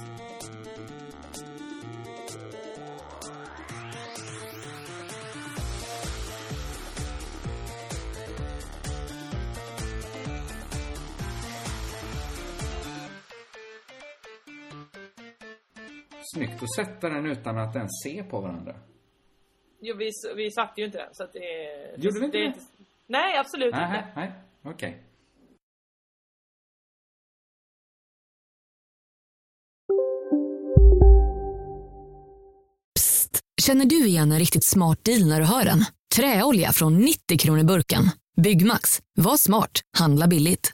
Snyggt att sätta den utan att ens se på varandra. Jo, vi, vi satt ju inte den, så att det är... Gjorde vi inte är det? inte, nej, absolut Nej, inte. nej, okej. Okay. Psst, känner du igen en riktigt smart deal när du hör den? Träolja från nittio kronor burken. Byggmax, var smart, handla billigt.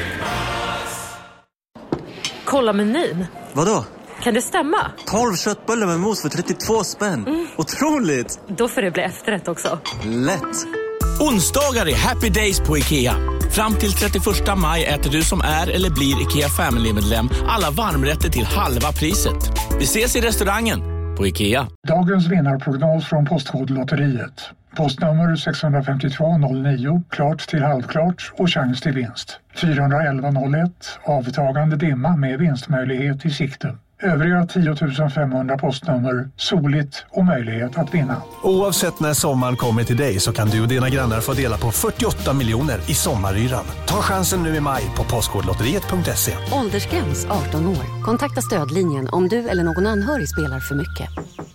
Kolla menyn. Vadå? Kan det stämma? tolv köttbullar med mos för trettiotvå spänn. Mm. Otroligt! Då får det bli efterrätt också. Lätt! Onsdagar är happy days på IKEA. Fram till trettioförsta maj äter du som är eller blir IKEA Family-medlem alla varmrätter till halva priset. Vi ses i restaurangen på IKEA. Dagens vinnarprognos från Postkodlotteriet. Postnummer sex fem två noll nio, klart till halvklart och chans till vinst. fyra elva noll ett, avtagande dimma med vinstmöjlighet i sikte. Övriga tio tusen femhundra postnummer, soligt och möjlighet att vinna. Oavsett när sommaren kommer till dig så kan du och dina grannar få dela på fyrtioåtta miljoner i sommaryran. Ta chansen nu i maj på postkodlotteriet punkt se. Åldersgräns arton år. Kontakta stödlinjen om du eller någon anhörig spelar för mycket.